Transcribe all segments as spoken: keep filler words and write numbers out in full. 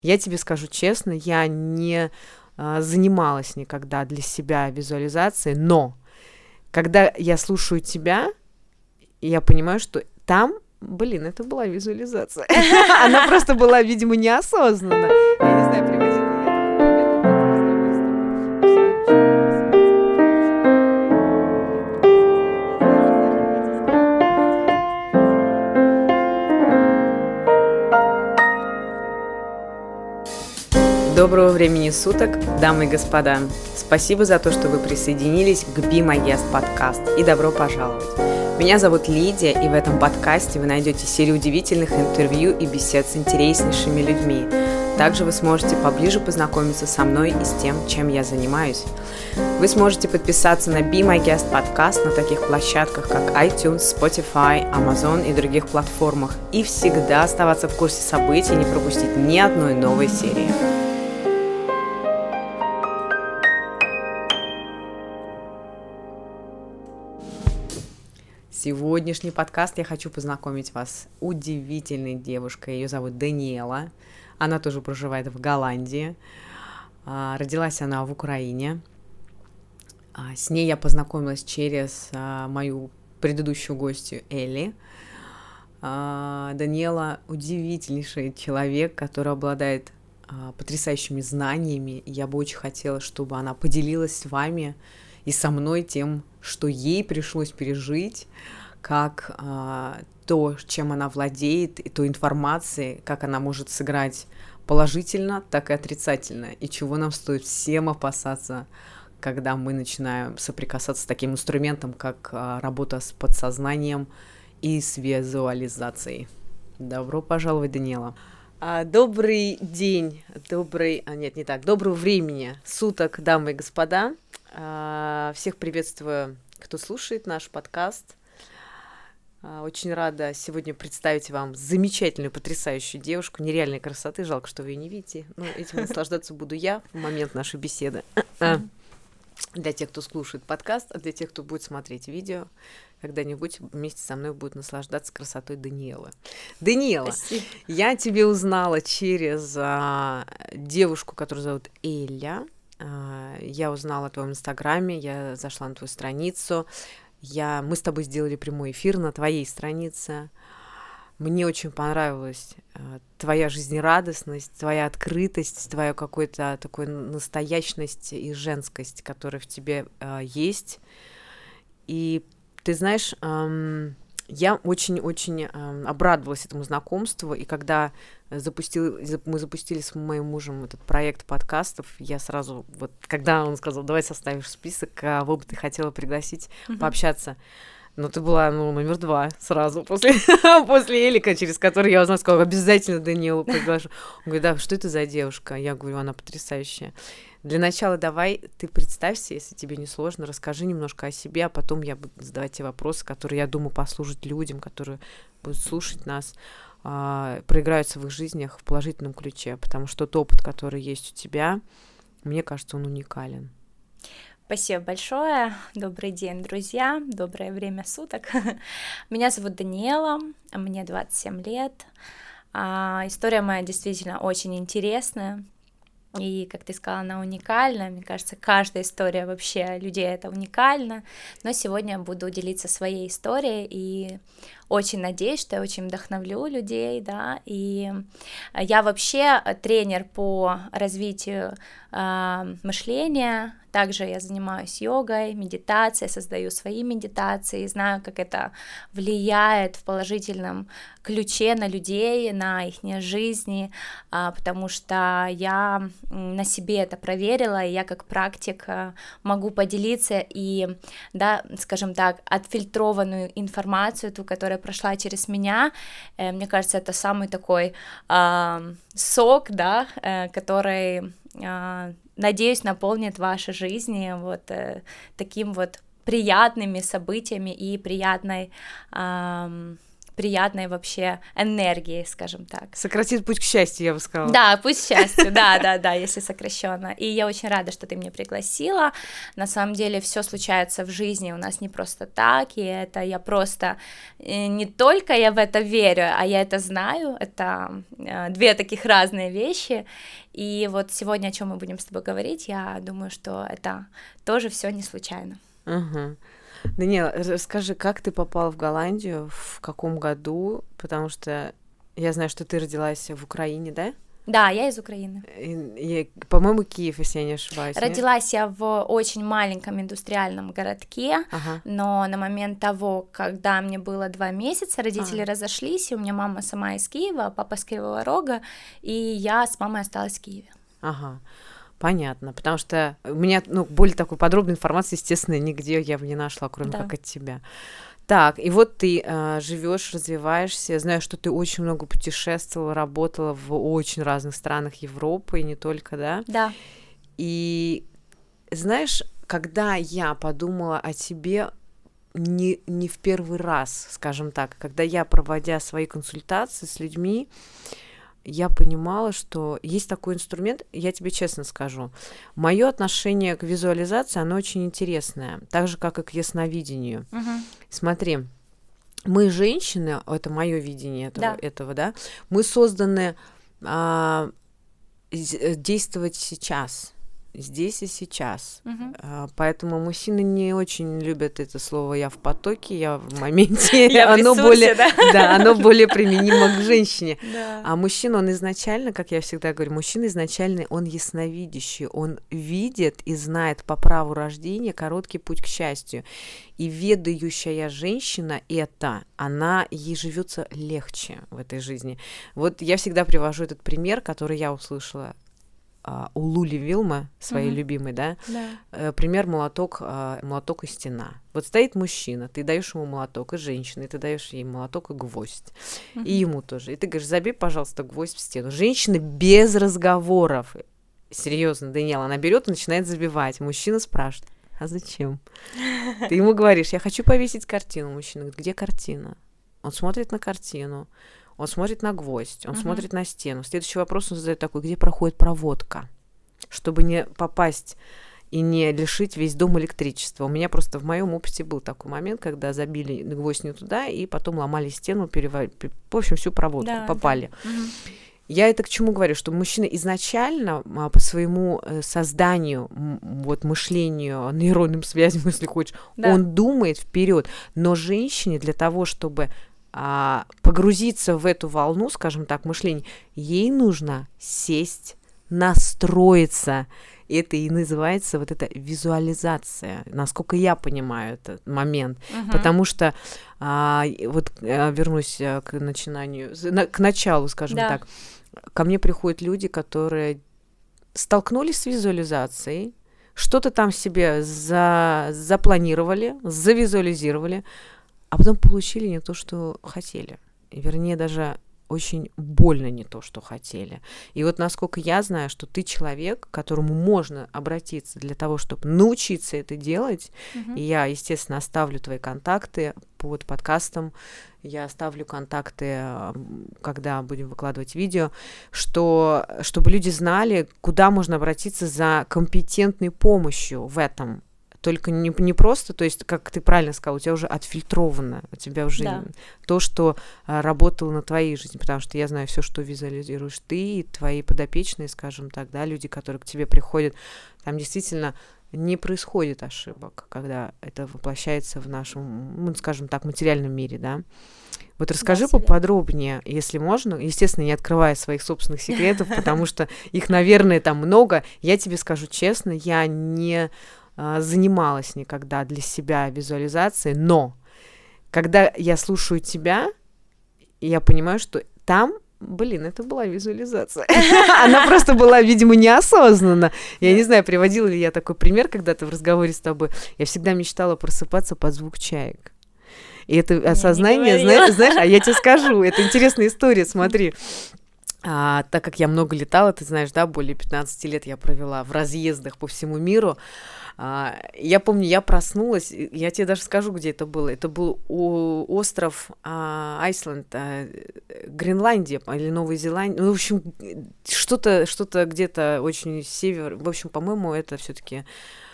Я тебе скажу честно, я не а, занималась никогда для себя визуализацией, но когда я слушаю тебя, я понимаю, что там, блин, это была визуализация. Она просто была, видимо, неосознанна. Я не знаю, приводила ли Доброго времени суток, дамы и господа. Спасибо за то, что вы присоединились к Be My Guest подкаст, и добро пожаловать. Меня зовут Лидия, и в этом подкасте вы найдете серию удивительных интервью и бесед с интереснейшими людьми. Также вы сможете поближе познакомиться со мной и с тем, чем я занимаюсь. Вы сможете подписаться на Be My Guest подкаст на таких площадках, как iTunes, Spotify, Amazon и других платформах, и всегда оставаться в курсе событий и не пропустить ни одной новой серии. Сегодняшний подкаст я хочу познакомить вас с удивительной девушкой. Ее зовут Даниэла. Она тоже проживает в Голландии. Родилась она в Украине. С ней я познакомилась через мою предыдущую гостью Элли. Даниэла удивительнейший человек, который обладает потрясающими знаниями. Я бы очень хотела, чтобы она поделилась с вами и со мной тем, что ей пришлось пережить, как а, то, чем она владеет, и той информацией, как она может сыграть положительно, так и отрицательно, и чего нам стоит всем опасаться, когда мы начинаем соприкасаться с таким инструментом, как а, работа с подсознанием и с визуализацией. Добро пожаловать, Даниэла. А, добрый день, добрый, а, нет, не так, доброго времени суток, дамы и господа. А, всех приветствую, кто слушает наш подкаст. А, очень рада сегодня представить вам замечательную, потрясающую девушку нереальной красоты. Жалко, что вы ее не видите, но этим наслаждаться буду я в момент нашей беседы. Для тех, кто слушает подкаст, а для тех, кто будет смотреть видео, когда-нибудь вместе со мной будет наслаждаться красотой Даниэлы. Даниэла, Спасибо. Я тебе узнала через а, девушку, которую зовут Эля. А, я узнала о твоем инстаграме, я зашла на твою страницу. Я, мы с тобой сделали прямой эфир на твоей странице. Мне очень понравилась а, твоя жизнерадостность, твоя открытость, твоя какая-то такая настоящность и женскость, которая в тебе а, есть. И ты знаешь, эм, я очень-очень эм, обрадовалась этому знакомству, и когда запустил, мы запустили с моим мужем этот проект подкастов, я сразу, вот когда он сказал, давай составишь список, кого бы ты хотела пригласить mm-hmm. пообщаться, но ты была, ну, номер два сразу после, после Элика, через который я узнала, сказала, обязательно Даниэлу приглашу. Он говорит, да, что это за девушка? Я говорю, она потрясающая. Для начала давай ты представься, если тебе не сложно, расскажи немножко о себе, а потом я буду задавать тебе вопросы, которые, я думаю, послужат людям, которые будут слушать нас, э, проиграются в их жизнях в положительном ключе, потому что тот опыт, который есть у тебя, мне кажется, он уникален. Спасибо большое. Добрый день, друзья. Доброе время суток. Меня зовут Даниэла, мне двадцать семь лет. А, история моя действительно очень интересная. И, как ты сказала, она уникальна. Мне кажется, каждая история вообще людей — это уникально. Но сегодня я буду делиться своей историей и очень надеюсь, что я очень вдохновлю людей, да. И я вообще тренер по развитию э, мышления. Также я занимаюсь йогой, медитацией, создаю свои медитации, знаю, как это влияет в положительном ключе на людей, на их жизни, потому что я на себе это проверила, и я как практик могу поделиться и, да, скажем так, отфильтрованную информацию, ту, которая прошла через меня, мне кажется, это самый такой э, сок, да, который... Э, надеюсь, наполнит ваши жизни вот э, таким вот приятными событиями и приятной, э, приятной вообще энергией, скажем так. Сократит путь к счастью, я бы сказала. Да, путь к счастью, да, да, да, если сокращенно. И я очень рада, что ты меня пригласила. На самом деле все случается в жизни у нас не просто так, и это я просто не только я в это верю, а я это знаю. Это две таких разные вещи. И вот сегодня, о чем мы будем с тобой говорить, я думаю, что это тоже все не случайно. Угу. Даниэла, расскажи, как ты попала в Голландию, в каком году, потому что я знаю, что ты родилась в Украине, да? Да, я из Украины. И, и, по-моему, Киев, если я не ошибаюсь. Родилась нет? я в очень маленьком индустриальном городке, ага. но на момент того, когда мне было два месяца, родители ага. разошлись, и у меня мама сама из Киева, папа с Кривого Рога, и я с мамой осталась в Киеве. Ага. Понятно, потому что у меня, ну, более такой подробной информации, естественно, нигде я бы не нашла, кроме да. как от тебя. Так, и вот ты э, живешь, развиваешься. Я знаю, что ты очень много путешествовала, работала в очень разных странах Европы, и не только, да? Да. И знаешь, когда я подумала о тебе не, не в первый раз, скажем так, когда я, проводя свои консультации с людьми, я понимала, что есть такой инструмент, я тебе честно скажу, мое отношение к визуализации, оно очень интересное, так же, как и к ясновидению. Uh-huh. Смотри, мы, женщины, это мое видение этого, да. этого, да, мы созданы а, действовать сейчас, здесь и сейчас. Uh-huh. А, поэтому мужчины не очень любят это слово «я в потоке», «я в моменте». Я в ресурсе, да? Да, оно более применимо к женщине. Да. А мужчина, он изначально, как я всегда говорю, мужчина изначально, он ясновидящий, он видит и знает по праву рождения короткий путь к счастью. И ведающая женщина это, она, ей живется легче в этой жизни. Вот я всегда привожу этот пример, который я услышала у Лули Вилма, своей uh-huh. любимой, да, да. пример молоток, молоток и стена. Вот стоит мужчина, ты даешь ему молоток, и женщина, и ты даешь ей молоток и гвоздь, uh-huh. и ему тоже. И ты говоришь, забей, пожалуйста, гвоздь в стену. Женщина без разговоров, серьезно, Даниэла, она берет и начинает забивать. Мужчина спрашивает, а зачем? Ты ему говоришь, я хочу повесить картину. Мужчина говорит, где картина? Он смотрит на картину. Он смотрит на гвоздь, он uh-huh. смотрит на стену. Следующий вопрос он задает такой, где проходит проводка, чтобы не попасть и не лишить весь дом электричества. У меня просто в моем опыте был такой момент, когда забили гвоздь не туда, и потом ломали стену, перевар... в общем, всю проводку, да, попали. Да. Uh-huh. Я это к чему говорю, что мужчина изначально по своему созданию, вот мышлению, нейронным связям, если хочешь, да. он думает вперед, но женщине для того, чтобы а, погрузиться в эту волну, скажем так, мышления, ей нужно сесть, настроиться. Это и называется вот эта визуализация, насколько я понимаю этот момент. Uh-huh. Потому что, а, вот а, вернусь к начинанию, к началу, скажем да. так, ко мне приходят люди, которые столкнулись с визуализацией, что-то там себе за, запланировали, завизуализировали, а потом получили не то, что хотели. Вернее, даже очень больно не то, что хотели. И вот насколько я знаю, что ты человек, к которому можно обратиться для того, чтобы научиться это делать, uh-huh. и я, естественно, оставлю твои контакты под подкастом, я оставлю контакты, когда будем выкладывать видео, что, чтобы люди знали, куда можно обратиться за компетентной помощью в этом. Только не, не просто, то есть, как ты правильно сказала, у тебя уже отфильтровано, у тебя уже да. то, что а, работало на твоей жизни, потому что я знаю все, что визуализируешь ты и твои подопечные, скажем так, да, люди, которые к тебе приходят, там действительно не происходит ошибок, когда это воплощается в нашем, ну, скажем так, материальном мире, да. Вот расскажи да, поподробнее, если можно, естественно, не открывая своих собственных секретов, потому что их, наверное, там много. Я тебе скажу честно, я не занималась никогда для себя визуализацией, но когда я слушаю тебя, я понимаю, что там, блин, это была визуализация. Она просто была, видимо, неосознанно. Я не знаю, приводила ли я такой пример когда-то в разговоре с тобой. Я всегда мечтала просыпаться под звук чаек. И это осознание, знаешь, знаешь, а я тебе скажу, это интересная история, смотри. А, так как я много летала, ты знаешь, да, более пятнадцать лет я провела в разъездах по всему миру. А, я помню, я проснулась, я тебе даже скажу, где это было. Это был у, остров а, Айсленд, а, Гренландия или Новая Зеландия. Ну, в общем, что-то, что-то где-то очень север. В общем, по-моему, это все-таки,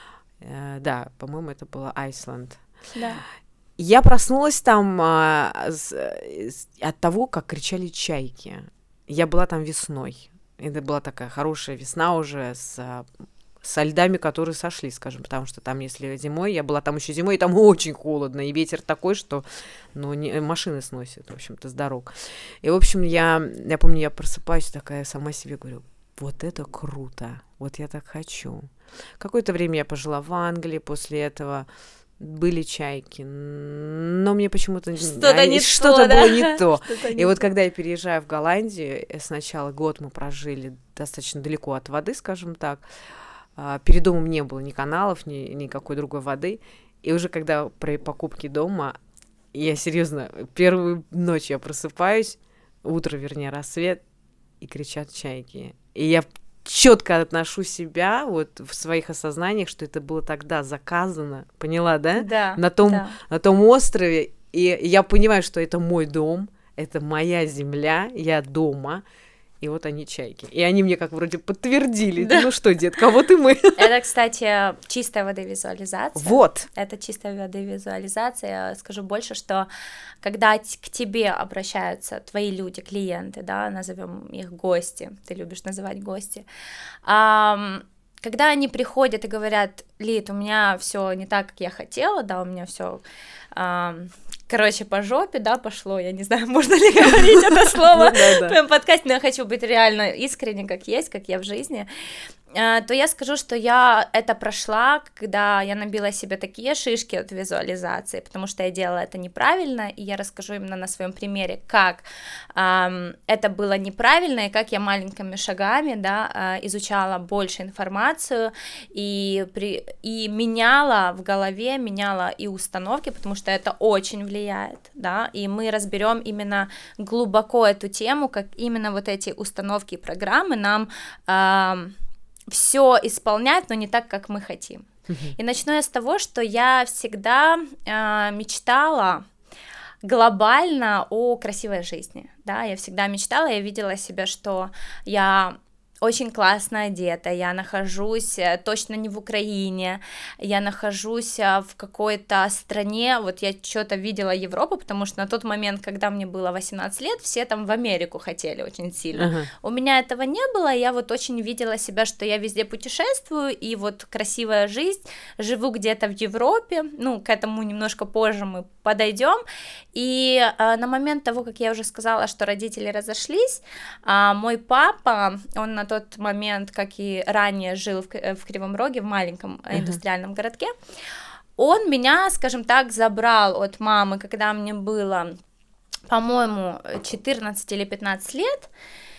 э, да, по-моему, это было Айсленд. Да. Я проснулась там а, с, с, от того, как кричали чайки. Я была там весной. Это была такая хорошая весна уже с, со льдами, которые сошли, скажем, потому что там, если зимой, я была там еще зимой, и там очень холодно, и ветер такой, что ну, не, машины сносят, в общем-то, с дорог. И, в общем, я, я помню, я просыпаюсь такая, сама себе говорю, вот это круто, вот я так хочу. Какое-то время я пожила в Англии после этого. Были чайки, но мне почему-то что-то, не что-то то, было да? не то. Что-то и не вот то. когда я переезжаю в Голландию, сначала год мы прожили достаточно далеко от воды, скажем так. Перед домом не было ни каналов, ни никакой другой воды. И уже когда при покупке дома, я серьезно, первую ночь я просыпаюсь, утро, вернее, рассвет, и кричат чайки. И я четко отношу себя вот в своих осознаниях, что это было тогда заказано, поняла, да? Да, на том, да. на том острове, и я понимаю, что это мой дом, это моя земля, я дома, и вот они чайки. И они мне как вроде подтвердили, да. Ну что, детка, вот и мы. Это, кстати, чистая воды визуализация. Вот. Это чистая воды визуализация. Я скажу больше, что когда к тебе обращаются твои люди, клиенты, да, назовем их гости, ты любишь называть гости, а, когда они приходят и говорят, Лид, у меня все не так, как я хотела, да, у меня все короче, по жопе, да, пошло, я не знаю, можно ли говорить это слово в твоем подкасте, но я хочу быть реально искренне, как есть, как я в жизни, то я скажу, что я это прошла, когда я набила себе такие шишки от визуализации, потому что я делала это неправильно, и я расскажу именно на своем примере, как эм, это было неправильно, и как я маленькими шагами, да, изучала больше информацию, и, при, и меняла в голове, меняла и установки, потому что это очень влияет, да, и мы разберем именно глубоко эту тему, как именно вот эти установки и программы нам эм, все исполнять, но не так, как мы хотим. Uh-huh. И начну я с того, что я всегда э, мечтала глобально о красивой жизни, да, я всегда мечтала, я видела себя, что я очень классно одета, я нахожусь точно не в Украине, я нахожусь в какой-то стране, вот я что-то видела Европу, потому что на тот момент, когда мне было восемнадцать лет, все там в Америку хотели очень сильно, uh-huh. у меня этого не было, я вот очень видела себя, что я везде путешествую, и вот красивая жизнь, живу где-то в Европе, ну, к этому немножко позже мы подойдем, и а, на момент того, как я уже сказала, что родители разошлись, а, мой папа, он на тот момент, как и ранее, жил в, в Кривом Роге, в маленьком uh-huh. индустриальном городке, он меня, скажем так, забрал от мамы, когда мне было, по-моему, четырнадцать или пятнадцать лет,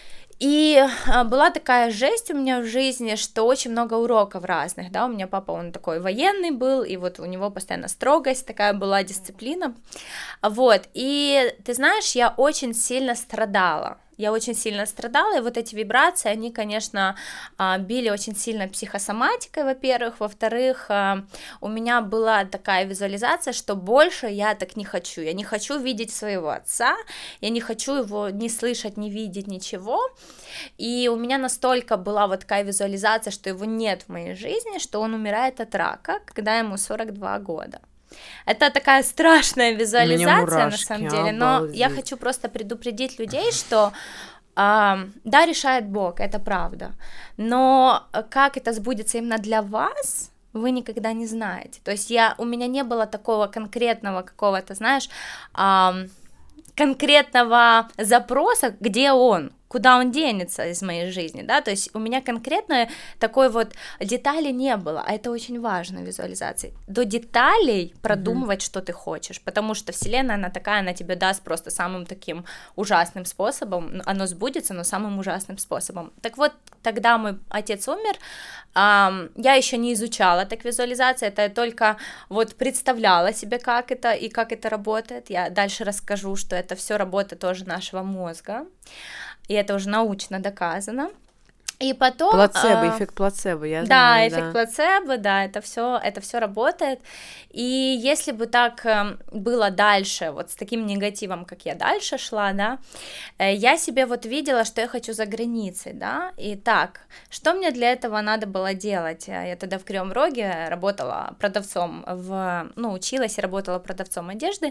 и была такая жесть у меня в жизни, что очень много уроков разных, да, у меня папа, он такой военный был, и вот у него постоянно строгость, такая была дисциплина, вот, и ты знаешь, я очень сильно страдала, я очень сильно страдала, и вот эти вибрации, они, конечно, били очень сильно психосоматикой, во-первых, во-вторых, у меня была такая визуализация, что больше я так не хочу, я не хочу видеть своего отца, я не хочу его ни слышать, ни видеть, ничего, и у меня настолько была вот такая визуализация, что его нет в моей жизни, что он умирает от рака, когда ему сорок два года. Это такая страшная визуализация, мурашки, на самом деле, но обалдеть. Я хочу просто предупредить людей, что э, да, решает Бог, это правда, но как это сбудется именно для вас, вы никогда не знаете. То есть я, у меня не было такого конкретного какого-то, знаешь, э, конкретного запроса, где он, куда он денется из моей жизни, да, то есть у меня конкретно такой вот детали не было, а это очень важно в визуализации, до деталей продумывать, mm-hmm. что ты хочешь, потому что вселенная, она такая, она тебе даст просто самым таким ужасным способом, оно сбудется, но самым ужасным способом. Так вот, тогда мой отец умер, эм, я еще не изучала так визуализацию, это я только вот представляла себе, как это и как это работает, я дальше расскажу, что это все работа тоже нашего мозга. и это уже научно доказано. И потом... Плацебо, э, эффект плацебо, я да, знаю. эффект Да, плацебо, да, это все, это все работает. И если бы так э, было дальше, вот с таким негативом, как я дальше шла, да, э, я себе вот видела, что я хочу за границей, да, и так, что мне для этого надо было делать? Я тогда в Кривом Роге работала продавцом, в, ну, училась и работала продавцом одежды,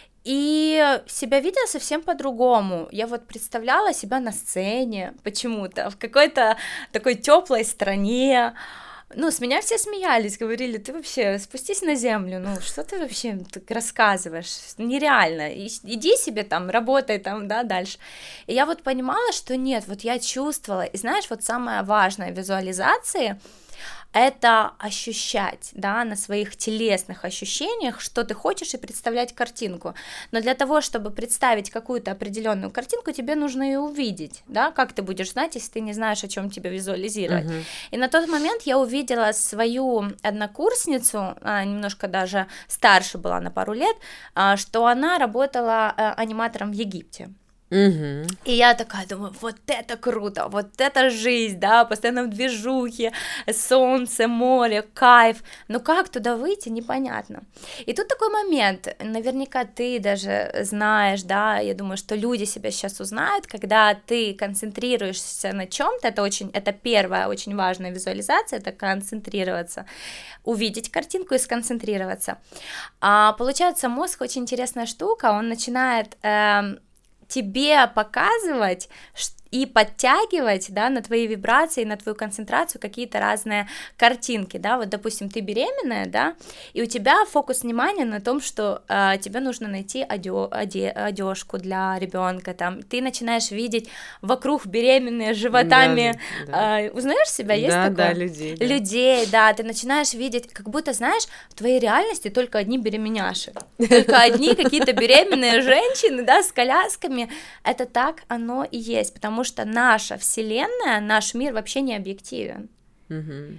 и себя видела совсем по-другому. Я вот представляла себя на сцене почему-то, в какой-то такой теплой стране. Ну, с меня все смеялись, говорили: ты вообще спустись на землю, ну, что ты вообще так рассказываешь, нереально, иди себе там, работай там, да, дальше. И я вот понимала, что нет, вот я чувствовала, и знаешь, вот самое важное в визуализации — это ощущать, да, на своих телесных ощущениях, что ты хочешь, и представлять картинку. Но для того, чтобы представить какую-то определенную картинку, тебе нужно ее увидеть, да, как ты будешь знать, если ты не знаешь, о чем тебе визуализировать. Uh-huh. И на тот момент я увидела свою однокурсницу, она немножко даже старше была на пару лет, что она работала аниматором в Египте. Угу. И я такая думаю, вот это круто, вот это жизнь, да, постоянно в движухе, солнце, море, кайф, но как туда выйти, непонятно. И тут такой момент, наверняка ты даже знаешь, да, я думаю, что люди себя сейчас узнают, когда ты концентрируешься на чем-то, это очень, это первая очень важная визуализация, это концентрироваться, увидеть картинку и сконцентрироваться. А, получается, мозг очень интересная штука, он начинает... Э, тебе показывать и подтягивать, да, на твои вибрации, на твою концентрацию какие-то разные картинки, да, вот, допустим, ты беременная, да, и у тебя фокус внимания на том, что э, тебе нужно найти одё- оде- одежку для ребенка, там, ты начинаешь видеть вокруг беременные с животами, да, да. Э, узнаешь себя, есть да, такое? Да, людей, да. Людей, да, ты начинаешь видеть, как будто, знаешь, в твоей реальности только одни беременяши, только одни какие-то беременные женщины, да, с колясками, это так оно и есть, потому что наша вселенная, наш мир вообще не объективен. Mm-hmm.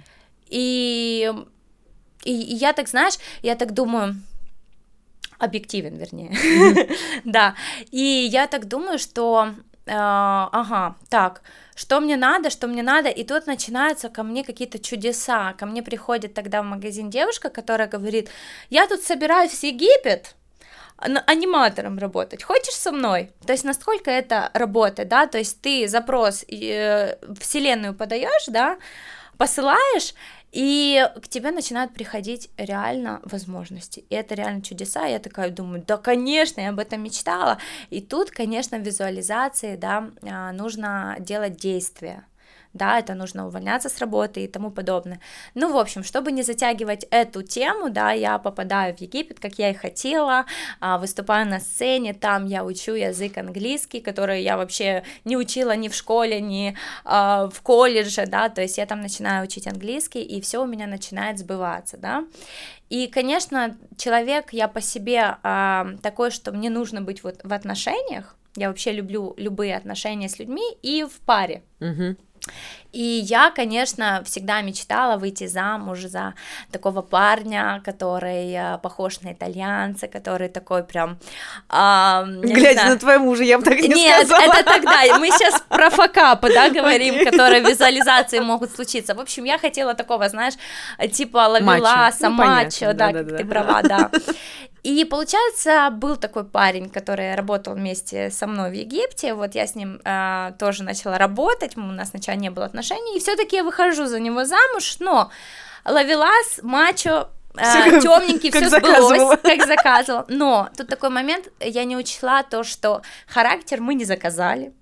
И, и, и я так, знаешь, я так думаю, объективен, вернее, mm-hmm. да, и я так думаю, что, э, ага, так, что мне надо, что мне надо, и тут начинаются ко мне какие-то чудеса, ко мне приходит тогда в магазин девушка, которая говорит: я тут собираюсь в Египет, аниматором работать, хочешь со мной? То есть насколько это работает, да, то есть ты запрос э, вселенную подаешь, да, посылаешь, и к тебе начинают приходить реально возможности, и это реально чудеса, и я такая думаю, да, конечно, я об этом мечтала, и тут, конечно, в визуализации, да, нужно делать действия, да, это нужно увольняться с работы и тому подобное. Ну, в общем, чтобы не затягивать эту тему, да, я попадаю в Египет, как я и хотела, выступаю на сцене, там я учу язык английский, который я вообще не учила ни в школе, ни а, в колледже, да, то есть я там начинаю учить английский, и все у меня начинает сбываться, да. И, конечно, человек, я по себе а, такой, что мне нужно быть вот в отношениях, я вообще люблю любые отношения с людьми и в паре. Mm-hmm. И я, конечно, всегда мечтала выйти замуж за такого парня, который э, похож на итальянца, который такой прям... Э, Глядя на твоего мужа, я бы так не Нет, сказала. Нет, это тогда, мы сейчас про факапы, да, говорим, okay. которые визуализации могут случиться. В общем, я хотела такого, знаешь, типа ловеласа, ну, мачо, да, да, как да, ты да. права, да. И, получается, был такой парень, который работал вместе со мной в Египте, вот я с ним э, тоже начала работать, у нас сначала не было отношений, и все-таки я выхожу за него замуж, но ловелас, мачо, э, темненький, все сбылось, как заказывала, но тут такой момент, я не учла то, что характер мы не заказали,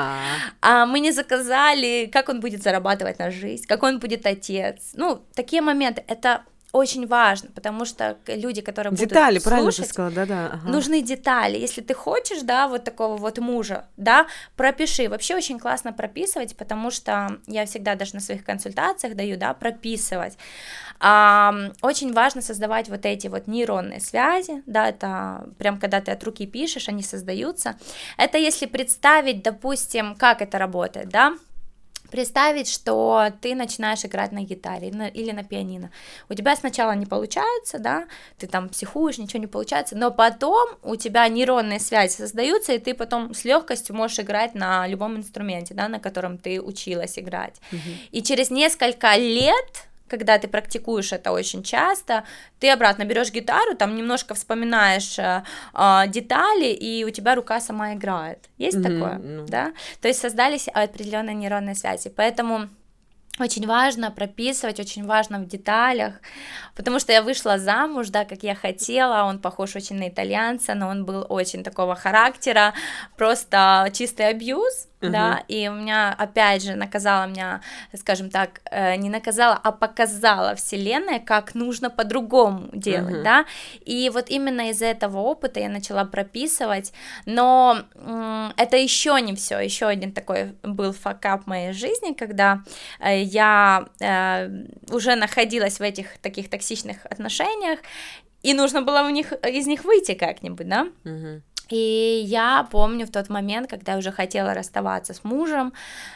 а мы не заказали, как он будет зарабатывать на жизнь, как он будет отец, ну, такие моменты, это... очень важно, потому что люди, которые детали, будут правильно слушать, ты сказала, да-да. Ага. нужны детали. Если ты хочешь, да, вот такого вот мужа, да, пропиши. Вообще очень классно прописывать, потому что я всегда даже на своих консультациях даю, да, прописывать. А, очень важно создавать вот эти вот нейронные связи, да, это прям когда ты от руки пишешь, они создаются. Это если представить, допустим, как это работает, да, Представить, что ты начинаешь играть на гитаре или на пианино. У тебя сначала не получается, да, ты там психуешь, ничего не получается, но потом у тебя нейронные связи создаются, и ты потом с легкостью можешь играть на любом инструменте, да, на котором ты училась играть. Mm-hmm. И через несколько лет, когда ты практикуешь это очень часто, ты обратно берешь гитару, там немножко вспоминаешь э, э, детали, и у тебя рука сама играет. Есть mm-hmm. такое, mm-hmm. да? То есть создались определенные нейронные связи, поэтому очень важно прописывать, очень важно в деталях, потому что я вышла замуж, да, как я хотела, он похож очень на итальянца, но он был очень такого характера, просто чистый абьюз, uh-huh. да, и у меня, опять же, наказала меня, скажем так, не наказала, а показала вселенная, как нужно по-другому делать, uh-huh. да, и вот именно из-за этого опыта я начала прописывать, но м- это еще не все, еще один такой был факап в моей жизни, когда я э, уже находилась в этих таких токсичных отношениях, и нужно было в них, из них выйти как-нибудь, да, uh-huh. И я помню в тот момент, когда я уже хотела расставаться с мужем,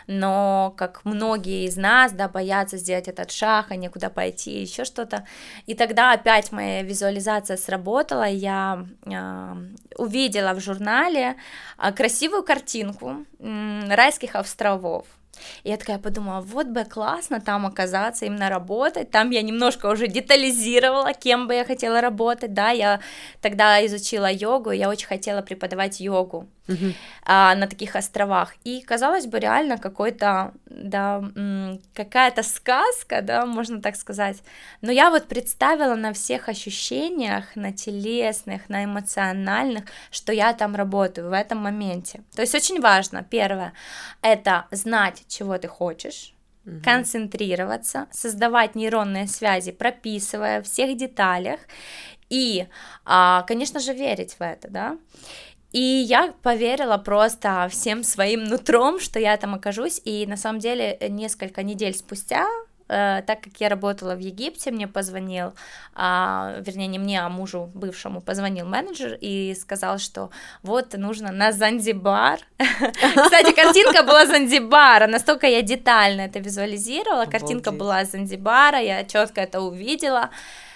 но как многие из нас, да, боятся сделать этот шаг, а некуда пойти, еще что-то, и тогда опять моя визуализация сработала, я э, увидела в журнале э, красивую картинку э, райских островов. И я такая подумала, вот бы классно там оказаться, именно работать, там я немножко уже детализировала, кем бы я хотела работать, да, я тогда изучила йогу, я очень хотела преподавать йогу uh-huh. а, на таких островах, и казалось бы реально какой-то, да, м- какая-то сказка, да, можно так сказать, но я вот представила на всех ощущениях, на телесных, на эмоциональных, что я там работаю в этом моменте, то есть очень важно, первое, это знать, чего ты хочешь, угу. концентрироваться, создавать нейронные связи, прописывая в всех деталях и, конечно же, верить в это, да. И я поверила просто всем своим нутром, что я там окажусь, и на самом деле несколько недель спустя, так как я работала в Египте, мне позвонил, а, вернее, не мне, а мужу бывшему позвонил менеджер и сказал, что вот нужно на Занзибар. Кстати, картинка была Занзибара, настолько я детально это визуализировала, картинка была Занзибара, я четко это увидела.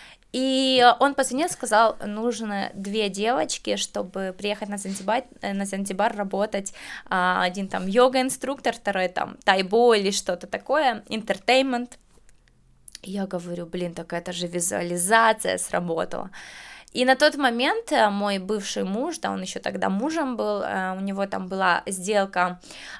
И он позвонил, сказал, нужно две девочки, чтобы приехать на Занзибар, на Занзибар работать, один там йога-инструктор, второй там тайбо или что-то такое, entertainment. И я говорю, блин, так это же визуализация сработала. И на тот момент мой бывший муж, да, он еще тогда мужем был, у него там была сделка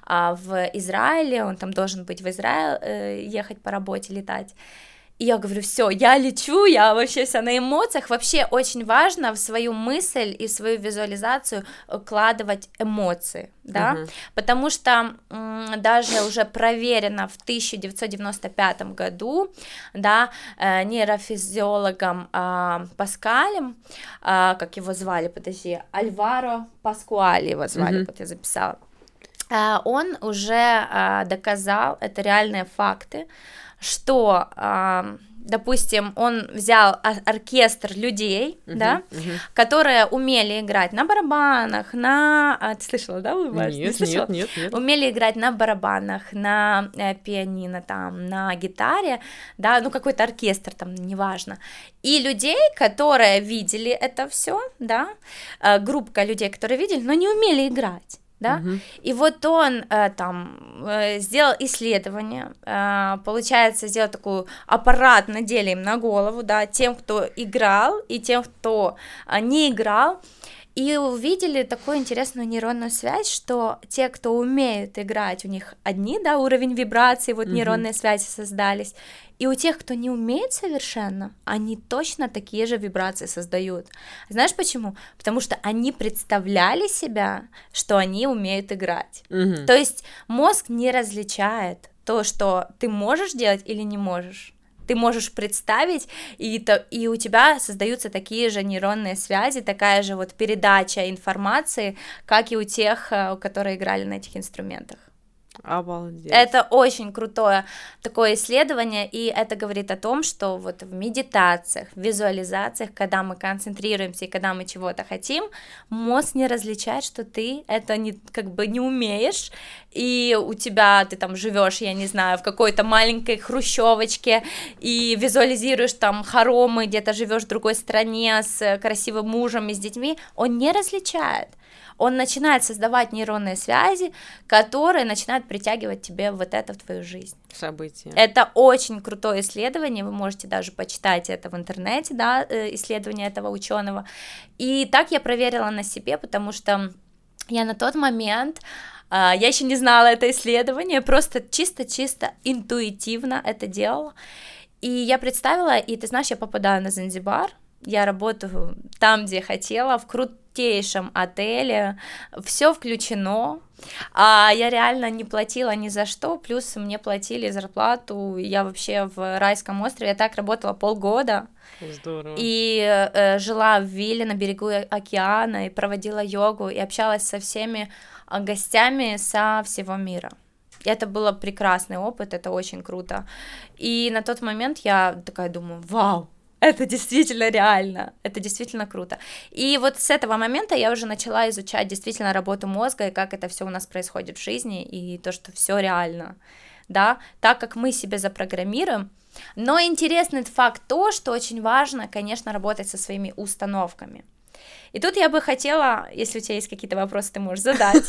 в Израиле, он там должен быть в Израиль, ехать по работе, летать. И я говорю, все, я лечу, я вообще вся на эмоциях. Вообще очень важно в свою мысль и в свою визуализацию вкладывать эмоции, да, uh-huh. потому что м, даже уже проверено в тысяча девятьсот девяносто пятом году, да, э, нейрофизиологом э, Паскалем, э, как его звали, подожди, Альваро Паскуали его звали, uh-huh. вот я записала, э, он уже э, доказал, это реальные факты, что, э, допустим, он взял оркестр людей, uh-huh, да, uh-huh. которые умели играть на барабанах, на... А, ты слышала, да, улыбаешься? Нет, не нет, нет, нет. Умели играть на барабанах, на э, пианино, там, на гитаре, да, ну, какой-то оркестр, там, неважно. И людей, которые видели это все, да, э, группка людей, которые видели, но не умели играть. Да? Uh-huh. И вот он э, там э, сделал исследование, э, получается, сделал такой аппарат, надели им на голову, да, тем, кто играл, и тем, кто э, не играл, и увидели такую интересную нейронную связь, что те, кто умеют играть, у них одни, да, уровень вибрации, вот uh-huh. нейронные связи создались, и у тех, кто не умеет совершенно, они точно такие же вибрации создают. Знаешь почему? Потому что они представляли себя, что они умеют играть. Uh-huh. То есть мозг не различает то, что ты можешь делать или не можешь. Ты можешь представить, и, то, и у тебя создаются такие же нейронные связи, такая же вот передача информации, как и у тех, которые играли на этих инструментах. Обалдеть. Это очень крутое такое исследование, и это говорит о том, что вот в медитациях, в визуализациях, когда мы концентрируемся и когда мы чего-то хотим, мозг не различает, что ты это не, как бы не умеешь, и у тебя, ты там живешь, я не знаю, в какой-то маленькой хрущевочке, и визуализируешь там хоромы, где-то живешь в другой стране с красивым мужем и с детьми, он не различает. Он начинает создавать нейронные связи, которые начинают притягивать тебе вот это в твою жизнь. События. Это очень крутое исследование, вы можете даже почитать это в интернете, да, исследование этого ученого. И так я проверила на себе, потому что я на тот момент, я еще не знала это исследование, просто чисто-чисто интуитивно это делала. И я представила, и ты знаешь, я попадаю на Занзибар, я работаю там, где хотела, в крутейшем отеле, все включено, а я реально не платила ни за что, плюс мне платили зарплату, я вообще в райском острове, я так работала полгода. Здорово. И э, жила в вилле на берегу океана, и проводила йогу, и общалась со всеми гостями со всего мира. Это был прекрасный опыт, это очень круто. И на тот момент я такая думаю, вау, это действительно реально, это действительно круто. И вот с этого момента я уже начала изучать действительно работу мозга и как это все у нас происходит в жизни, и то, что все реально, да, так как мы себе запрограммируем. Но интересный факт то, что очень важно, конечно, работать со своими установками. И тут я бы хотела, если у тебя есть какие-то вопросы, ты можешь задать.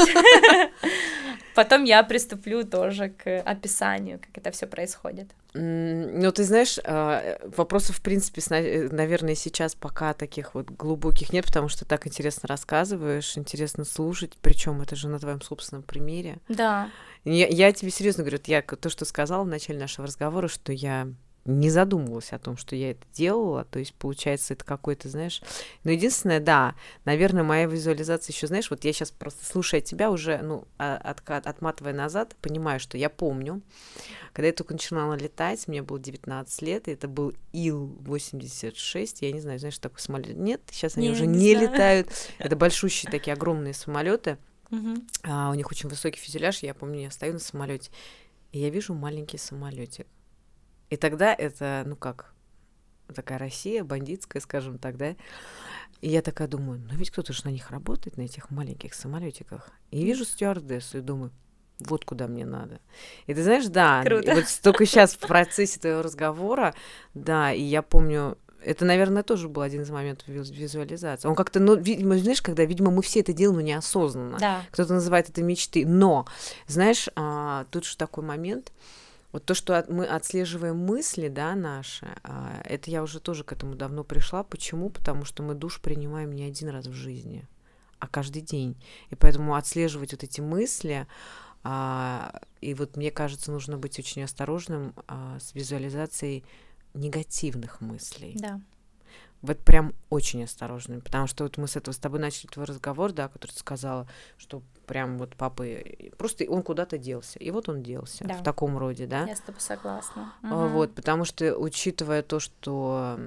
Потом я приступлю тоже к описанию, как это все происходит. Ну, ты знаешь, вопросов, в принципе, наверное, сейчас пока таких вот глубоких нет, потому что так интересно рассказываешь, интересно слушать, причем это же на твоем собственном примере. Да. Я, я тебе серьезно говорю, я то, что сказала в начале нашего разговора, что я не задумывалась о том, что я это делала, то есть, получается, это какой-то, знаешь... Но единственное, да, наверное, моя визуализация еще, знаешь, вот я сейчас просто, слушая тебя, уже, ну, от, отматывая назад, понимаю, что я помню, когда я только начинала летать, мне было девятнадцать лет, и это был Ил восемьдесят шесть, я не знаю, знаешь, такой самолет? Нет, сейчас они не, уже не, не летают, это большущие такие огромные самолеты, угу. а, у них очень высокий фюзеляж, я помню, я стою на самолете, и я вижу маленький самолетик. И тогда это, ну как, такая Россия бандитская, скажем так, да? И я такая думаю, ну ведь кто-то же на них работает, на этих маленьких самолетиках. И вижу стюардессу и думаю, вот куда мне надо. И ты знаешь, да, Круто. И вот только сейчас в процессе твоего разговора, да, и я помню, это, наверное, тоже был один из моментов визуализации. Он как-то, ну, видимо, знаешь, когда, видимо, мы все это делаем, но неосознанно. Да. Кто-то называет это мечты. Но, знаешь, а, тут же такой момент... Вот то, что от, мы отслеживаем мысли, да, наши, а, это я уже тоже к этому давно пришла. Почему? Потому что мы душ принимаем не один раз в жизни, а каждый день. И поэтому отслеживать вот эти мысли, а, и вот мне кажется, нужно быть очень осторожным а, с визуализацией негативных мыслей. Да. Вот прям очень осторожным, потому что вот мы с этого с тобой начали твой разговор, да, который ты сказала, что прям вот папы, просто он куда-то делся, и вот он делся, да. В таком роде, да. Я с тобой согласна. Угу. Вот, потому что, учитывая то, что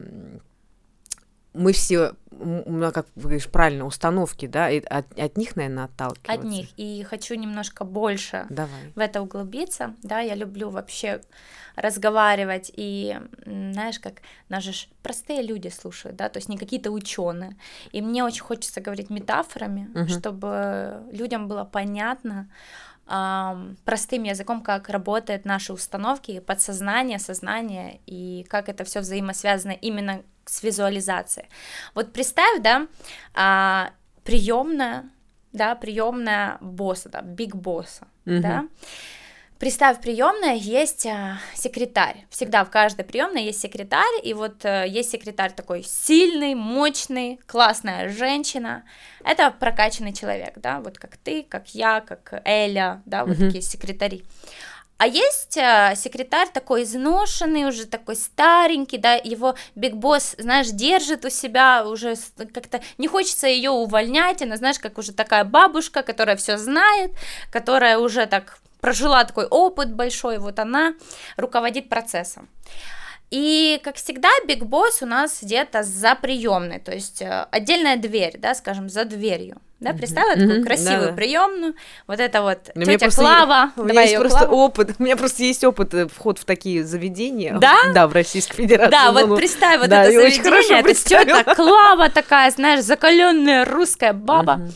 мы все, как вы говоришь, правильно, установки, да, и от, от них, наверное, отталкиваться. От них, и хочу немножко больше Давай. в это углубиться, да, я люблю вообще разговаривать, и, знаешь, как наши ж простые люди слушают, да, то есть не какие-то ученые, и мне очень хочется говорить метафорами, угу. чтобы людям было понятно, простым языком, как работают наши установки, подсознание, сознание, и как это все взаимосвязано именно с визуализацией. Вот представь, да, приемная, да, приемная босса, да, биг босса, mm-hmm. да. Представь, приемная есть секретарь. Всегда в каждой приемной есть секретарь, и вот есть секретарь такой сильный, мощный, классная женщина. Это прокачанный человек, да, вот как ты, как я, как Эля, да, вот mm-hmm. такие секретари. А есть э, секретарь такой изношенный, уже такой старенький, да, его Биг Босс, знаешь, держит у себя, уже как-то не хочется ее увольнять, она, знаешь, как уже такая бабушка, которая все знает, которая уже так прожила такой опыт большой, вот она руководит процессом. И, как всегда, Big Boss у нас где-то за приемной, то есть отдельная дверь, да, скажем, за дверью. Да, представила mm-hmm. такую красивую да, приемную, вот это вот но тетя Клава. У меня есть просто Клаву. опыт, у меня просто есть опыт вход в такие заведения. Да? Да, в Российской Федерации. Да, вот представь вот да, это заведение, это тетя Клава такая, знаешь, закаленная русская баба. Mm-hmm.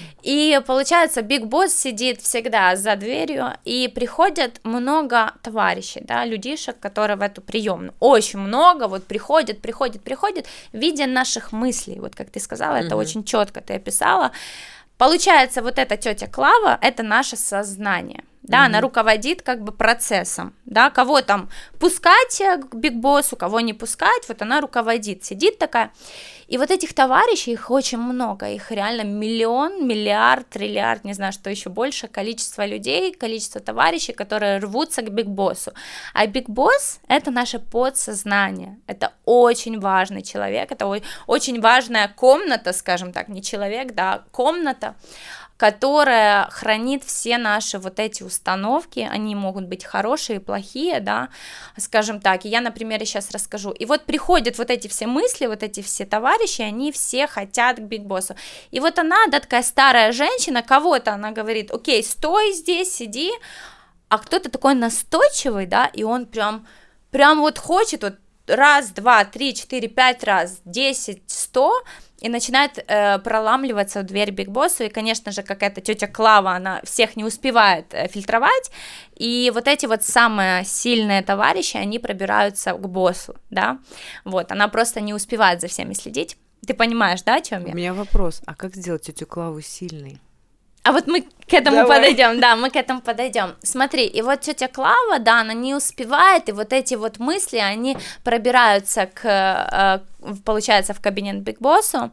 И получается, Big Boss сидит всегда за дверью, и приходят много товарищей, да, людишек, которые в эту приемную, очень много, вот приходят, приходят, приходят, видя наших мыслей, вот как ты сказала, mm-hmm. это очень четко ты описала. Получается, вот эта тетя Клава, это наше сознание, да, mm-hmm. она руководит как бы процессом, да, кого там пускать к Big Boss, кого не пускать, вот она руководит, сидит такая. И вот этих товарищей, их очень много, их реально миллион, миллиард, триллиард, не знаю, что еще больше, количество людей, количество товарищей, которые рвутся к Big Boss. А Big Boss — это наше подсознание, это очень важный человек, это очень важная комната, скажем так, не человек, да, комната, которая хранит все наши вот эти установки, они могут быть хорошие, плохие, да, скажем так, и я, например, сейчас расскажу, и вот приходят вот эти все мысли, вот эти все товарищи, они все хотят к Big Boss, и вот она, да, такая старая женщина, кого-то она говорит, окей, стой здесь, сиди, а кто-то такой настойчивый, да, и он прям, прям вот хочет, вот раз, два, три, четыре, пять раз, десять, сто, и начинает э, проламливаться в дверь Big Boss, и, конечно же, как эта тетя Клава, она всех не успевает э, фильтровать, и вот эти вот самые сильные товарищи, они пробираются к боссу, да, вот, она просто не успевает за всеми следить, ты понимаешь, да, о чем я? У меня вопрос, а как сделать тетю Клаву сильной? А вот мы к этому Давай. подойдем, да, мы к этому подойдем. Смотри, и вот тетя Клава, да, она не успевает, и вот эти вот мысли, они пробираются к, получается, в кабинет Big Boss,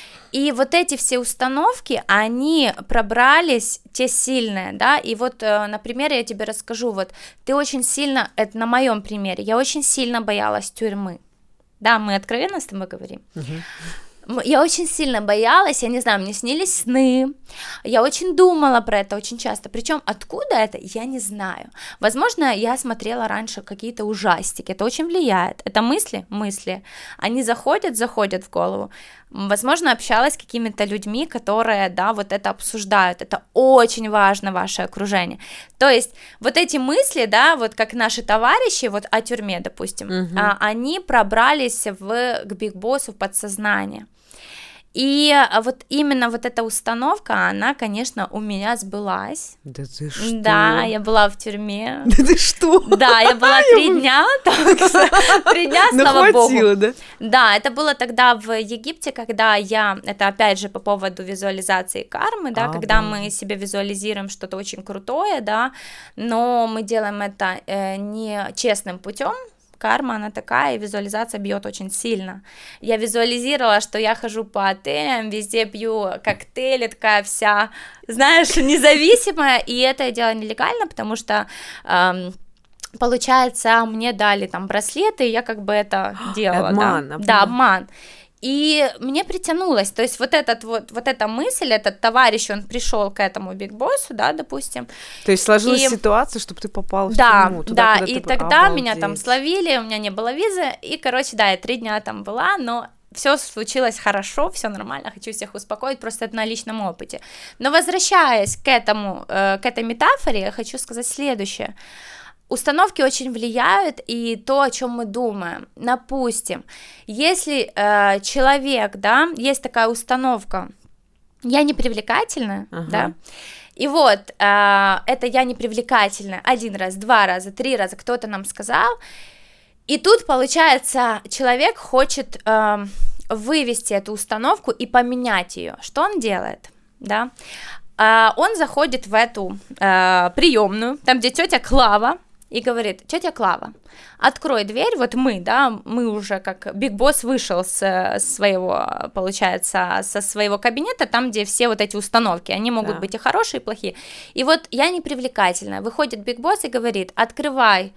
и вот эти все установки, они пробрались, те сильные, да, и вот, например, я тебе расскажу, вот, ты очень сильно, это на моем примере, я очень сильно боялась тюрьмы, да, мы откровенно с тобой говорим. Uh-huh. Я очень сильно боялась, я не знаю, мне снились сны, я очень думала про это очень часто, причем откуда это, я не знаю, возможно, я смотрела раньше какие-то ужастики, это очень влияет, это мысли, мысли, они заходят, заходят в голову, возможно, общалась с какими-то людьми, которые, да, вот это обсуждают, это очень важно, ваше окружение, то есть вот эти мысли, да, вот как наши товарищи, вот о тюрьме, допустим, uh-huh. а, они пробрались в, к Big Boss в подсознание. И вот именно вот эта установка, она, конечно, у меня сбылась. Да ты что? Да, я была в тюрьме. Да ты что? Да, я была три дня, три дня, слава богу. Да? Да, это было тогда в Египте, когда я, это опять же по поводу визуализации кармы, да, когда мы себе визуализируем что-то очень крутое, да, но мы делаем это не честным путем. Карма, она такая, и визуализация бьет очень сильно. Я визуализировала, что я хожу по отелям, везде пью коктейли, такая вся, знаешь, независимая, и это я делала нелегально, потому что, эм, получается, мне дали там браслеты, и я как бы это делала. Обман, да? обман. Да, обман. И мне притянулось, то есть вот, этот, вот, вот эта мысль, этот товарищ, он пришел к этому Big Boss, да, допустим. То есть сложилась и... ситуация, чтобы ты попал в да, тюрьму. Туда, да, куда и ты... тогда Обалдеть. Меня там словили, у меня не было визы, и, короче, да, я три дня там была, но все случилось хорошо, все нормально, хочу всех успокоить, просто это на личном опыте. Но возвращаясь к этому, э, к этой метафоре, я хочу сказать следующее. Установки очень влияют, и то, о чем мы думаем. Допустим, если э, человек, да, есть такая установка, я непривлекательна, ага. да, и вот, э, это я непривлекательна один раз, два раза, три раза, кто-то нам сказал, и тут, получается, человек хочет э, вывести эту установку и поменять ее. Что он делает, да? Э, он заходит в эту э, приемную, там, где тетя Клава, и говорит: тетя Клава, открой дверь, вот мы, да, мы уже как Big Boss вышел с своего, получается, со своего кабинета, там, где все вот эти установки, они могут да. быть и хорошие, и плохие, и вот я непривлекательная, выходит Big Boss и говорит: открывай,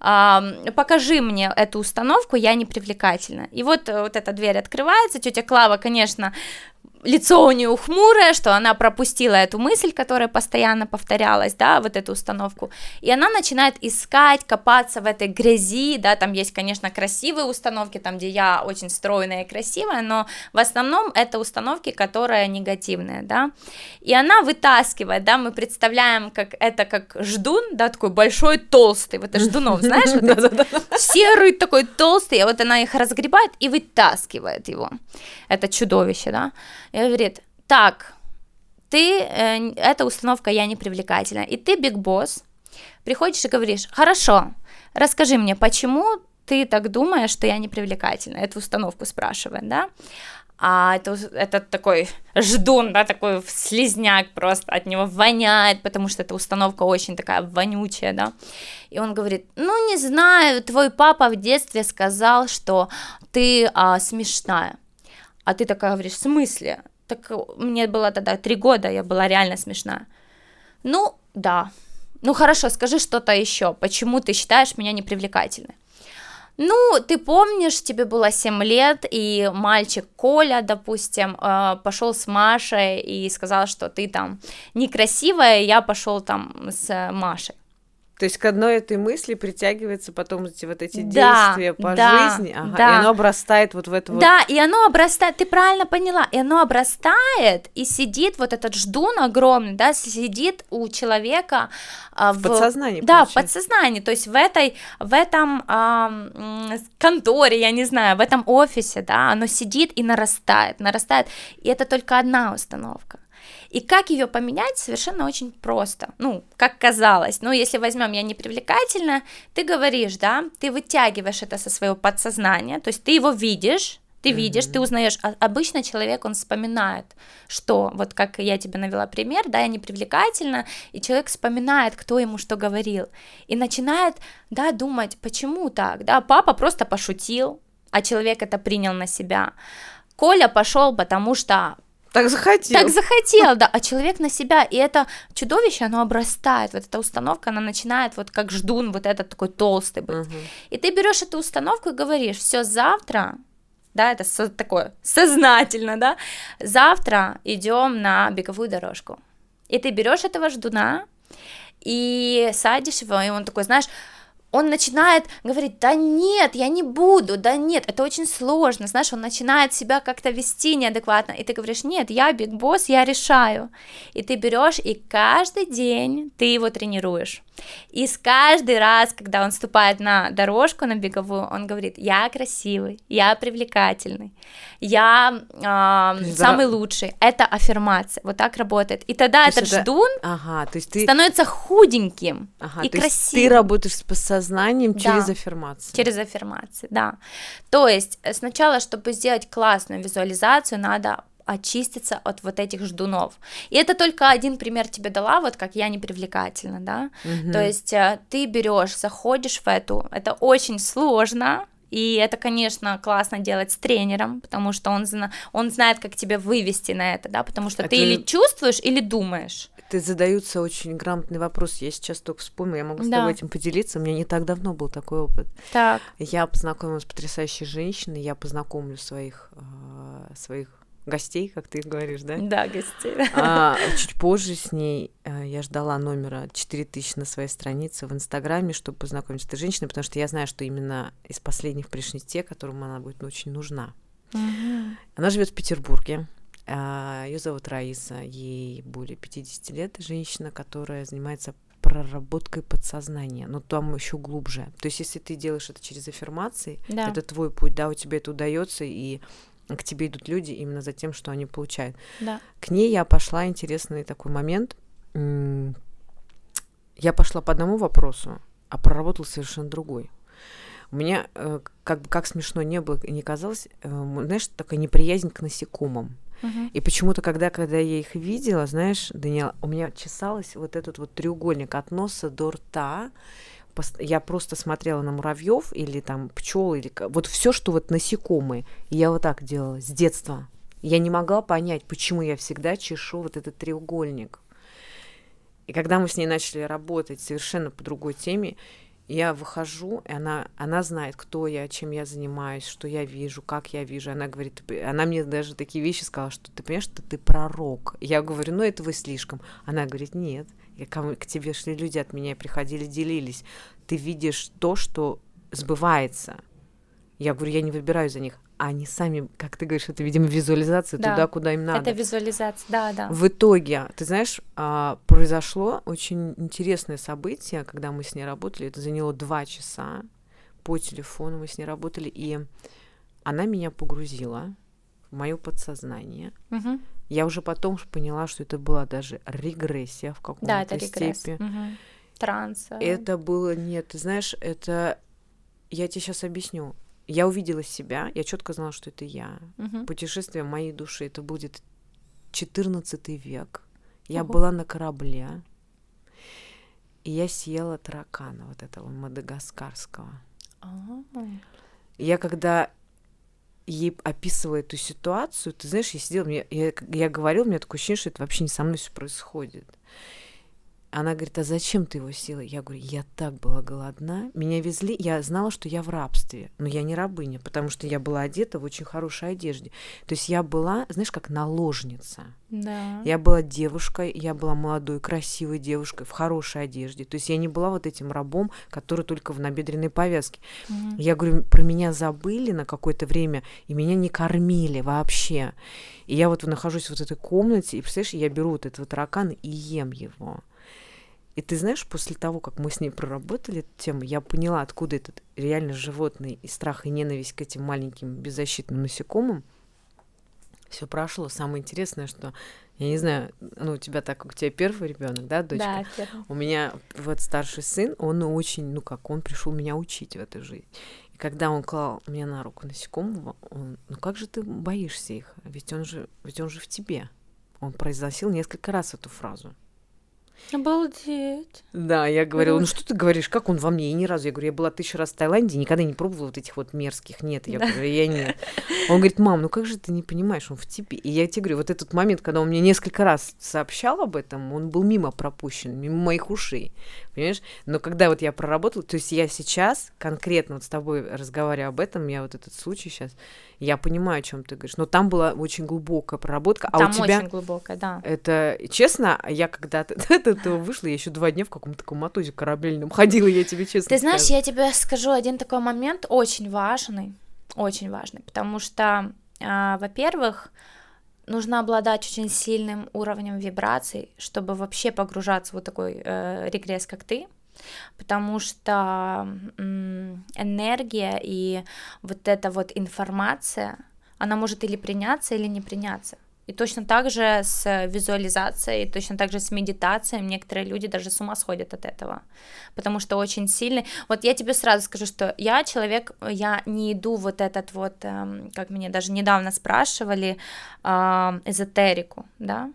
э, покажи мне эту установку, я непривлекательна, и вот, вот эта дверь открывается, тетя Клава, конечно, лицо у нее хмурое, что она пропустила эту мысль, которая постоянно повторялась, да, вот эту установку, и она начинает искать, копаться в этой грязи, да, там есть, конечно, красивые установки, там, где я очень стройная и красивая, но в основном это установки, которые негативные, да, и она вытаскивает, да, мы представляем, как это как ждун, да, такой большой, толстый, вот это ждунов, знаешь, вот эти, серый такой толстый, а вот она их разгребает и вытаскивает его, это чудовище, да, и говорит, так, ты, э, эта установка «я непривлекательна», и ты, Big Boss, приходишь и говоришь, хорошо, расскажи мне, почему ты так думаешь, что я непривлекательна, эту установку спрашивает, да, а это, это такой ждун, да, такой слизняк просто, от него воняет, потому что эта установка очень такая вонючая, да, и он говорит, ну, не знаю, твой папа в детстве сказал, что ты а, смешная. А ты такая говоришь, в смысле? Так мне было тогда три года, я была реально смешная. Ну, да. Ну, хорошо, скажи что-то еще. Почему ты считаешь меня непривлекательной? Ну, ты помнишь, тебе было семь лет, и мальчик Коля, допустим, пошел с Машей и сказал, что ты там некрасивая, и я пошел там с Машей. То есть к одной этой мысли притягиваются потом эти вот эти да, действия по да, жизни, ага, да. и оно обрастает вот в это вот. Да, и оно обрастает, ты правильно поняла, и оно обрастает, и сидит вот этот ждун огромный, да, сидит у человека а, в, в подсознании. Да, получается. В подсознании, то есть в этой, в этом а, конторе, я не знаю, в этом офисе, да, оно сидит и нарастает, нарастает, и это только одна установка. И как ее поменять, совершенно очень просто, ну, как казалось, ну, если возьмем «я непривлекательна», ты говоришь, да, ты вытягиваешь это со своего подсознания, то есть ты его видишь, ты mm-hmm. видишь, ты узнаешь, а обычно человек, он вспоминает, что, вот как я тебе навела пример, да, я непривлекательна, и человек вспоминает, кто ему что говорил, и начинает, да, думать, почему так, да, папа просто пошутил, а человек это принял на себя, Коля пошел, потому что Так захотел. Так захотел, да, а человек на себя, и это чудовище, оно обрастает, вот эта установка, она начинает вот как ждун, вот этот такой толстый быть, uh-huh. и ты берешь эту установку и говоришь, все, завтра, да, это со- такое сознательно, да, завтра идем на беговую дорожку, и ты берешь этого ждуна и садишь его, и он такой, знаешь, он начинает говорить, да нет, я не буду, да нет, это очень сложно, знаешь, он начинает себя как-то вести неадекватно, и ты говоришь, нет, я Big Boss, я решаю, и ты берешь, и каждый день ты его тренируешь, и с каждый раз, когда он ступает на дорожку, на беговую, он говорит, я красивый, я привлекательный, я э, самый да. лучший, это аффирмация, вот так работает, и тогда то этот это... ждун ага, то есть ты... становится худеньким ага, и то красивым. Есть ты работаешь с подсознанием да, через аффирмации. Через аффирмации, да. То есть сначала, чтобы сделать классную визуализацию, надо очиститься от вот этих ждунов. И это только один пример тебе дала, вот как я непривлекательна, да. Угу. То есть ты берешь, заходишь в эту, это очень сложно. И это, конечно, классно делать с тренером, потому что он, зна- он знает, как тебя вывести на это, да, потому что это... ты или чувствуешь, или думаешь. Ты задаются очень грамотный вопрос, я сейчас только вспомнила, я могу с да. тобой этим поделиться, у меня не так давно был такой опыт. Так. Я познакомилась с потрясающей женщиной, я познакомлю своих, э, своих гостей, как ты говоришь, да? Да, гостей. А, чуть позже с ней а, я ждала номера четыре тысячи на своей странице в Инстаграме, чтобы познакомиться с этой женщиной, потому что я знаю, что именно из последних пришли те, которым она будет очень нужна. Mm-hmm. Она живет в Петербурге, а, ее зовут Раиса, ей более пятьдесят лет, женщина, которая занимается проработкой подсознания, но там еще глубже. То есть, если ты делаешь это через аффирмации, да. это твой путь, да, у тебя это удается, и к тебе идут люди именно за тем, что они получают. Да. К ней я пошла, интересный такой момент. Я пошла по одному вопросу, а проработала совершенно другой. У меня, как бы как смешно не было и не казалось, знаешь, такая неприязнь к насекомым. Uh-huh. И почему-то, когда, когда я их видела, знаешь, Даниэла, у меня чесалось вот этот вот треугольник от носа до рта. Я просто смотрела на муравьев или там пчел, или вот все, что вот насекомые. И я вот так делала с детства. Я не могла понять, почему я всегда чешу вот этот треугольник. И когда мы с ней начали работать совершенно по другой теме, я выхожу, и она, она знает, кто я, чем я занимаюсь, что я вижу, как я вижу. Она говорит, она мне даже такие вещи сказала, что ты понимаешь, что ты пророк. Я говорю, ну это вы слишком. Она говорит, нет, я, к, к тебе шли люди от меня, приходили, делились. Ты видишь то, что сбывается. Я говорю, я не выбираю за них. А они сами, как ты говоришь, это, видимо, визуализация да. туда, куда им надо. Это визуализация, да, да. В итоге, ты знаешь, произошло очень интересное событие, когда мы с ней работали. Это заняло два часа. По телефону мы с ней работали, и она меня погрузила в мое подсознание. Угу. Я уже потом поняла, что это была даже регрессия в каком-то да, это регресс. степени. Угу. Транс. Это было, нет, ты знаешь, это... Я тебе сейчас объясню. Я увидела себя, я четко знала, что это я. Uh-huh. Путешествие моей души, это будет четырнадцатый век. Я Uh-huh. была на корабле, и я съела таракана вот этого мадагаскарского. Uh-huh. Я когда ей описывала эту ситуацию, ты знаешь, я сидела, я, я, я говорила, у меня такое ощущение, что это вообще не со мной все происходит. Она говорит, а зачем ты его съела? Я говорю, я так была голодна. Меня везли, я знала, что я в рабстве, но я не рабыня, потому что я была одета в очень хорошей одежде. То есть я была, знаешь, как наложница. Да. Я была девушкой, я была молодой, красивой девушкой в хорошей одежде. То есть я не была вот этим рабом, который только в набедренной повязке. Mm-hmm. Я говорю, про меня забыли на какое-то время, и меня не кормили вообще. И я вот нахожусь в вот этой комнате, и, представляешь, я беру вот этого таракана и ем его. И ты знаешь, после того, как мы с ней проработали эту тему, я поняла, откуда этот реально животный и страх, и ненависть к этим маленьким беззащитным насекомым. Все прошло. Самое интересное, что, я не знаю, ну, у тебя так, как у тебя первый ребенок, да, дочка? Да, первый. У меня вот старший сын, он очень, ну как, он пришел меня учить в этой жизни. И когда он клал мне на руку насекомого, он, ну как же ты боишься их? Ведь он же, ведь он же в тебе. Он произносил несколько раз эту фразу. Обалдеть. Да, я говорила, ну что ты говоришь, как он во мне? И ни разу, я говорю, я была тысячу раз в Таиланде, никогда не пробовала вот этих вот мерзких, нет, я да. говорю, я нет. Он говорит, мам, ну как же ты не понимаешь, он в тебе. И я тебе говорю, вот этот момент, когда он мне несколько раз сообщал об этом, он был мимо пропущен, мимо моих ушей, понимаешь? Но когда вот я проработала, то есть я сейчас конкретно вот с тобой разговариваю об этом, я вот этот случай сейчас, я понимаю, о чем ты говоришь, но там была очень глубокая проработка, а там у тебя... очень глубокая, да. Это, честно, я когда-то этого вышла, я еще два дня в каком-то таком матозе корабельном ходила, я тебе честно Ты знаешь, скажу. я тебе скажу один такой момент, очень важный, очень важный, потому что, э, во-первых, нужно обладать очень сильным уровнем вибраций, чтобы вообще погружаться в вот такой э, регресс, как ты, потому что м- энергия и вот эта вот информация, она может или приняться, или не приняться. И точно так же с визуализацией, точно так же с медитацией некоторые люди даже с ума сходят от этого, потому что очень сильный... Вот я тебе сразу скажу, что я человек, я не иду вот этот вот, эм, как меня даже недавно спрашивали, эм, эзотерику, да,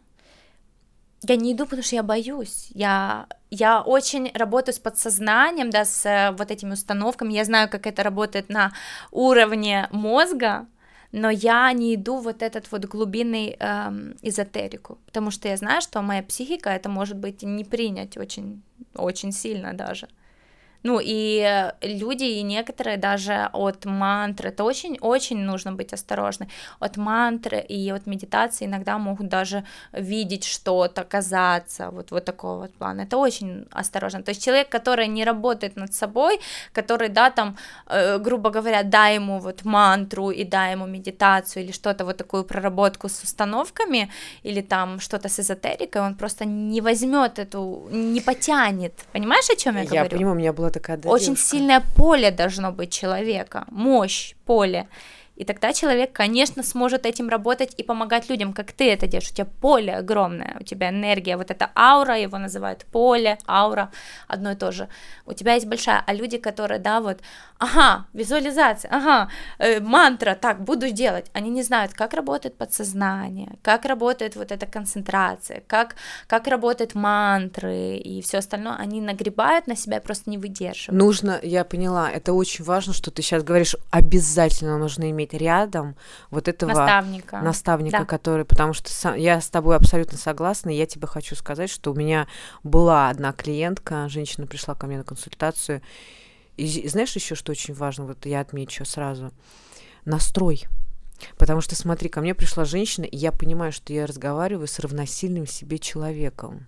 я не иду, потому что я боюсь, я, я очень работаю с подсознанием, да, с вот этими установками, я знаю, как это работает на уровне мозга, но я не иду вот этот вот глубинный эм, эзотерику, потому что я знаю, что моя психика это может быть не принять очень, очень сильно даже. Ну и люди, и некоторые даже от мантры, это очень-очень нужно быть осторожны, от мантры и от медитации иногда могут даже видеть что-то, казаться, вот, вот такого вот плана, это очень осторожно, то есть человек, который не работает над собой, который, да, там, э, грубо говоря, дай ему вот мантру и дай ему медитацию или что-то, вот такую проработку с установками или там что-то с эзотерикой, он просто не возьмет эту, не потянет, понимаешь, о чем я, я говорю? Я понимаю, у меня была такая очень девушка. Сильное поле должно быть человека, мощь, поле. И тогда человек, конечно, сможет этим работать и помогать людям, как ты это делаешь. У тебя поле огромное, у тебя энергия, вот эта аура, его называют поле, аура, одно и то же. У тебя есть большая, а люди, которые, да, вот, ага, визуализация, ага, э, мантра, так, буду делать. Они не знают, как работает подсознание, как работает вот эта концентрация, как, как работают мантры и все остальное. Они нагребают на себя и просто не выдерживают. Нужно, я поняла, это очень важно, что ты сейчас говоришь, обязательно нужно иметь рядом вот этого наставника, наставника да. который, потому что сам, я с тобой абсолютно согласна, и я тебе хочу сказать, что у меня была одна клиентка, женщина пришла ко мне на консультацию, И знаешь еще, что очень важно, вот я отмечу сразу, настрой. Потому что, смотри, ко мне пришла женщина, и я понимаю, что я разговариваю с равносильным себе человеком.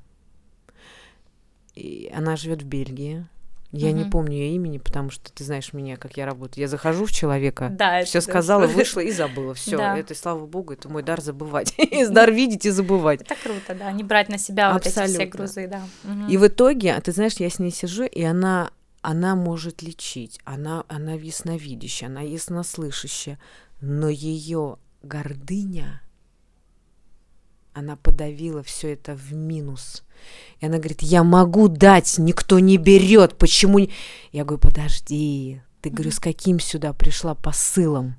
И она живет в Бельгии. Я uh-huh. не помню ее имени, потому что ты знаешь меня, как я работаю. Я захожу в человека, да, все сказала, да. вышла и забыла. Все, да. это, слава богу, это мой дар забывать. Дар видеть и забывать. Это круто, да, не брать на себя вот эти все грузы, да. И в итоге, ты знаешь, я с ней сижу, и она, она может лечить, она, она ясновидящая, она яснослышащая, но ее гордыня, она подавила все это в минус. И она говорит, я могу дать, никто не берет, почему не... Я говорю, подожди, ты, говорю, с каким сюда пришла посылом?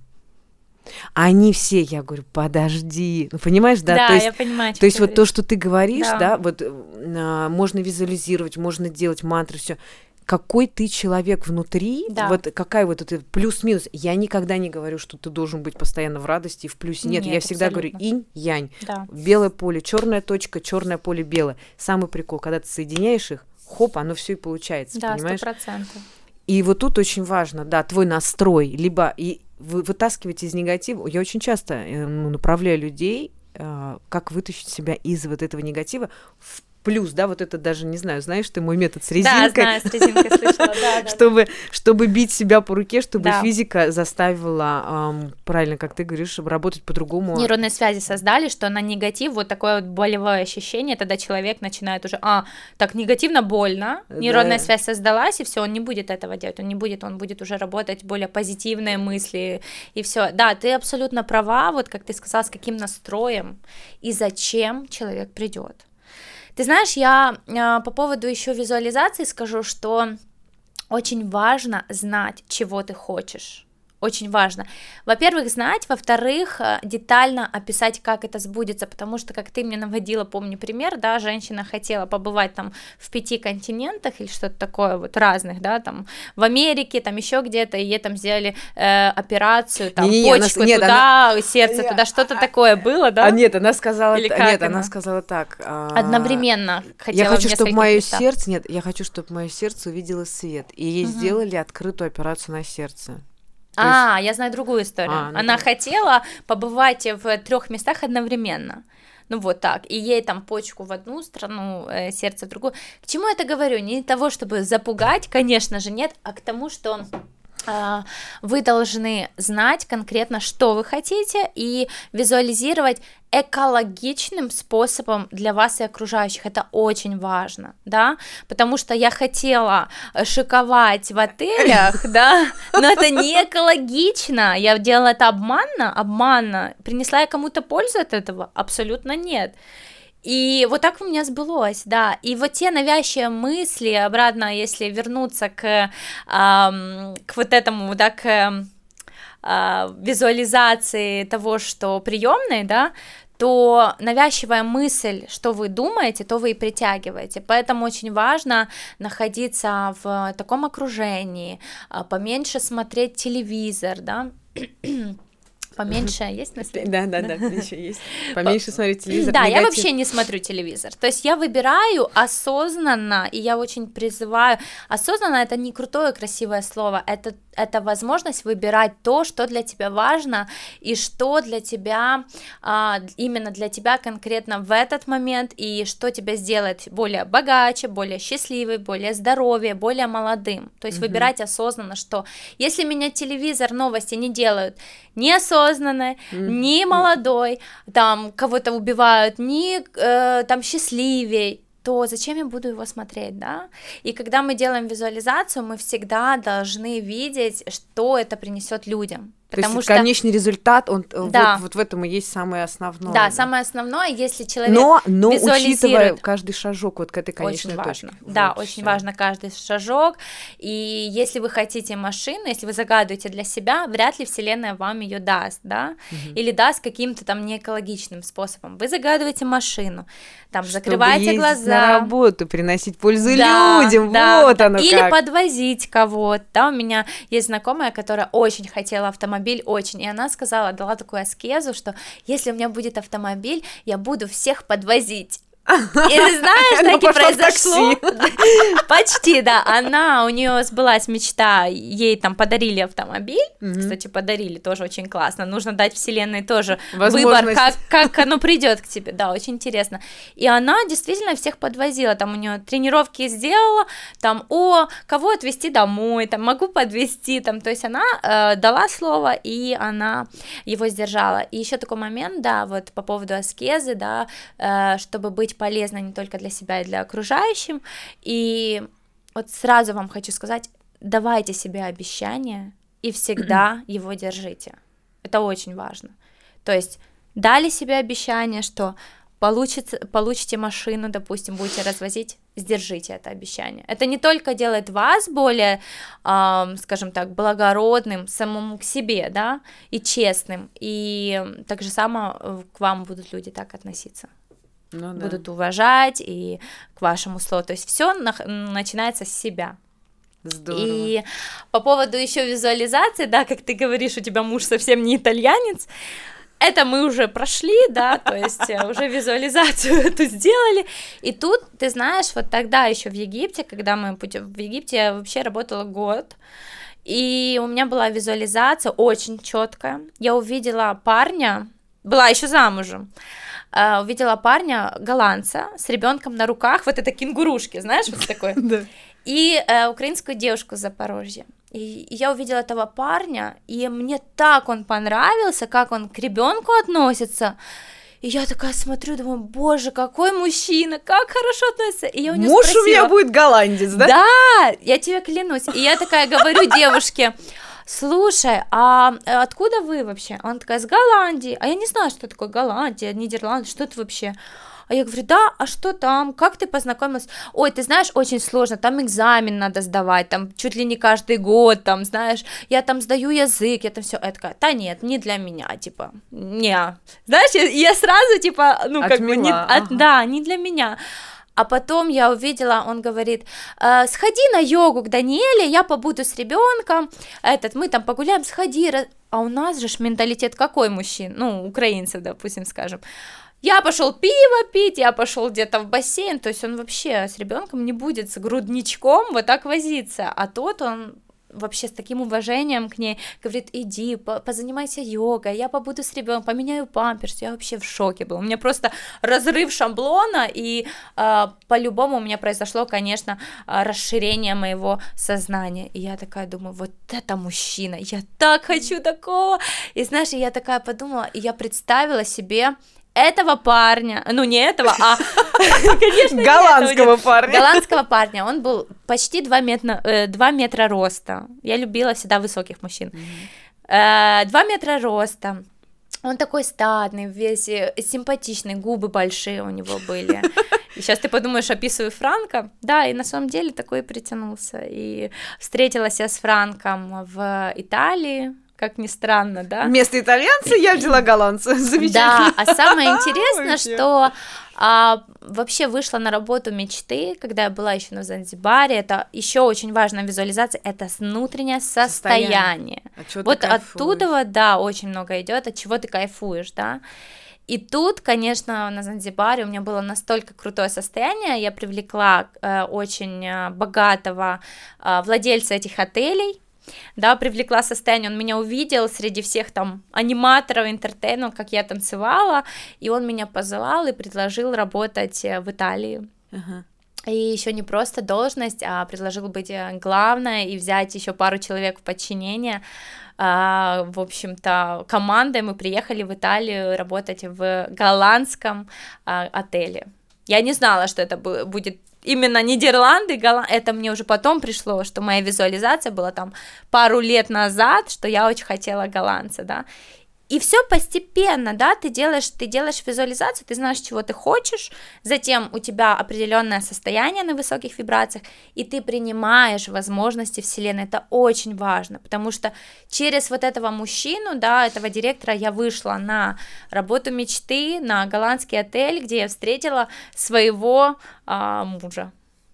Они все, я говорю, подожди. Ну, понимаешь, да? Да, то есть, я понимаю, то есть вот то, что ты говоришь, да, да вот а, можно визуализировать, можно делать мантры, все. Какой ты человек внутри, да. вот какая вот это плюс-минус. Я никогда не говорю, что ты должен быть постоянно в радости и в плюсе. Нет, Нет я всегда абсолютно. говорю инь-янь. Да. Белое поле, черная точка, черное поле, белое. Самый прикол, когда ты соединяешь их, хоп, оно все и получается, да, понимаешь? сто процентов. И вот тут очень важно, да, твой настрой, либо и вы, вытаскивать из негатива. Я очень часто ну, направляю людей, э, как вытащить себя из вот этого негатива в плюс, да, вот это даже, не знаю, знаешь, ты мой метод с резинкой. Да, знаю, с резинкой слышала, да, да. Чтобы, чтобы бить себя по руке, чтобы да. физика заставила, эм, правильно, как ты говоришь, чтобы работать по-другому. Нейронные связи создали, что на негатив вот такое вот болевое ощущение, тогда человек начинает уже, а, так негативно, больно, нейронная да. связь создалась, и все, он не будет этого делать, он не будет, он будет уже работать более позитивные мысли, и все. Да, ты абсолютно права, вот как ты сказала, с каким настроем и зачем человек придет. Ты знаешь, я э, по поводу еще визуализации скажу, что очень важно знать, чего ты хочешь. Очень важно. Во-первых, знать, во-вторых, детально описать, как это сбудется, потому что, как ты мне наводила, помню пример, да, женщина хотела побывать там в пяти континентах или что-то такое вот разных, да, там в Америке, там еще где-то, и ей там сделали э, операцию, там не, не, почку она, нет, туда, она... сердце туда, что-то а, такое было, да? А нет, она сказала, или нет, она? она сказала так. А... Одновременно хотела. Я хочу, чтобы мое сердце, нет, я хочу, чтобы мое сердце увидело свет, и ей угу. сделали открытую операцию на сердце. А, есть... я знаю другую историю. А, ну Она да. хотела побывать в трех местах одновременно. Ну вот так. И ей там почку в одну страну, э, сердце в другую. К чему я это говорю? Не для того, чтобы запугать, конечно же, нет, а к тому, что э, вы должны знать конкретно, что вы хотите, и визуализировать экологичным способом для вас и окружающих. Это очень важно, да, потому что я хотела шиковать в отелях, да, но это не экологично, я делала это обманно, обманно, принесла я кому-то пользу от этого? Абсолютно нет. И вот так у меня сбылось, да, и вот те навязчивые мысли, обратно, если вернуться к, эм, к вот этому, да, к визуализации того, что приемной, да, то навязчивая мысль, что вы думаете, то вы и притягиваете. Поэтому очень важно находиться в таком окружении, поменьше смотреть телевизор, да, поменьше есть на свете? Да, да, да, еще есть. Поменьше смотреть телевизор. Да, я вообще не смотрю телевизор. То есть я выбираю осознанно, и я очень призываю. Осознанно — это не крутое, красивое слово, это это возможность выбирать то, что для тебя важно, и что для тебя, именно для тебя конкретно в этот момент, и что тебя сделает более богаче, более счастливым, более здоровее, более молодым. То есть mm-hmm. выбирать осознанно, что если меня телевизор, новости не делают неосознанной, mm-hmm. не молодой, там кого-то убивают, не э, там счастливей, то зачем я буду его смотреть, да? И когда мы делаем визуализацию, мы всегда должны видеть, что это принесет людям. Потому То есть что конечный результат, он да. вот, вот в этом и есть самое основное. Да, да, самое основное, если человек но, но визуализирует... учитывая каждый шажок вот к этой конечной очень точке. Важно. Да, вот, очень всё. важно каждый шажок, и если вы хотите машину, если вы загадываете для себя, вряд ли Вселенная вам ее даст, да, угу. или даст каким-то там неэкологичным способом. Вы загадываете машину, там, чтобы закрываете глаза. на работу, приносить пользу да, людям, да, вот да. оно или как. подвозить кого-то, да, у меня есть знакомая, которая очень хотела автомобиль, очень, и она Она сказала, дала такую аскезу, что если у меня будет автомобиль, я буду всех подвозить. И знаешь, так и произошло. Почти, да. Она, у нее сбылась мечта, ей там подарили автомобиль. Кстати, подарили, тоже очень классно. Нужно дать вселенной тоже выбор, как, как оно придет к тебе. Да, очень интересно. И она действительно всех подвозила. Там у нее тренировки сделала, там, о, кого отвезти домой, там, могу подвезти, там, то есть она э, дала слово, и она его сдержала. И еще такой момент, да, вот по поводу аскезы, да, э, чтобы быть полезной не только для себя и для окружающих. И вот сразу вам хочу сказать, давайте себе обещание и всегда его держите. Это очень важно. То есть дали себе обещание, что получится, получите машину, допустим, будете развозить, сдержите это обещание. Это не только делает вас более, э, скажем так, благородным самому к себе, да, и честным, и так же само к вам будут люди так относиться. Ну, да. Будут уважать и к вашему слову. То есть все на- начинается с себя. Здорово. И по поводу еще визуализации, да, как ты говоришь, у тебя муж совсем не итальянец. Это мы уже прошли, да, то есть уже визуализацию эту сделали. И тут, ты знаешь, вот тогда еще в Египте, когда мы путем в Египте, я вообще работала год, и у меня была визуализация очень четкая. Я увидела парня, была еще замужем. Uh, увидела парня, голландца, с ребенком на руках, вот это кенгурушки, знаешь, вот такой, и uh, украинскую девушку с Запорожья. И я увидела этого парня, и мне так он понравился, как он к ребенку относится. И я такая смотрю, думаю, боже, какой мужчина, как хорошо относится. И я у него Муж спросила, у меня будет голландец, да? Да, я тебе клянусь. И я такая говорю девушке, слушай, а откуда вы вообще? Она такая, с Голландии. А я не знаю, что такое Голландия, Нидерланды, что это вообще? А я говорю, да, а что там, как ты познакомилась? Ой, ты знаешь, очень сложно, там экзамен надо сдавать, там чуть ли не каждый год, там, знаешь, я там сдаю язык, я там все, я такая, да нет, не для меня, типа, не, знаешь, я, я сразу, типа, ну, как Отмела, бы, не, ага. от, да, не для меня. А потом я увидела, он говорит, э, сходи на йогу к Даниэле, я побуду с ребенком, этот, мы там погуляем, сходи. А у нас же менталитет какой мужчин, ну, украинцев, допустим, скажем. Я пошел пиво пить, я пошел где-то в бассейн, то есть он вообще с ребенком не будет с грудничком вот так возиться, а тот он вообще с таким уважением к ней говорит, иди, позанимайся йогой, я побуду с ребенком, поменяю памперс. Я вообще в шоке была, у меня просто разрыв шаблона, и э, по-любому у меня произошло, конечно, расширение моего сознания, и я такая думаю, вот это мужчина, я так хочу такого, и знаешь, я такая подумала, и я представила себе этого парня, ну не этого, а, конечно, голландского парня. Голландского парня, он был почти два метра, э, два метра роста, я любила всегда высоких мужчин, mm-hmm. э, два метра роста, он такой статный, весь симпатичный, губы большие у него были, и сейчас ты подумаешь, описываю Франка, да, и на самом деле такой притянулся, и встретилась я с Франком в Италии, как ни странно, да. Вместо итальянца я взяла голландца, замечательно. Да, а самое интересное, что а, вообще вышла на работу мечты, когда я была еще на Занзибаре, это еще очень важная визуализация, это внутреннее состояние. состояние. Вот оттуда, да, очень много идет, от чего ты кайфуешь, да. И тут, конечно, на Занзибаре у меня было настолько крутое состояние, я привлекла э, очень богатого э, владельца этих отелей, да, привлекла состояние, он меня увидел среди всех там аниматоров, интертейнеров, как я танцевала, и он меня позвал и предложил работать в Италии. Uh-huh. И еще не просто должность, а предложил быть главной и взять еще пару человек в подчинение. А, в общем-то, командой мы приехали в Италию работать в голландском а, отеле. Я не знала, что это будет именно Нидерланды, Голланд... это мне уже потом пришло, что моя визуализация была там пару лет назад, что я очень хотела голландца, да, и все постепенно, да, ты делаешь, ты делаешь визуализацию, ты знаешь, чего ты хочешь, затем у тебя определенное состояние на высоких вибрациях, и ты принимаешь возможности Вселенной, это очень важно, потому что через вот этого мужчину, да, этого директора я вышла на работу мечты, на голландский отель, где я встретила своего а, мужа.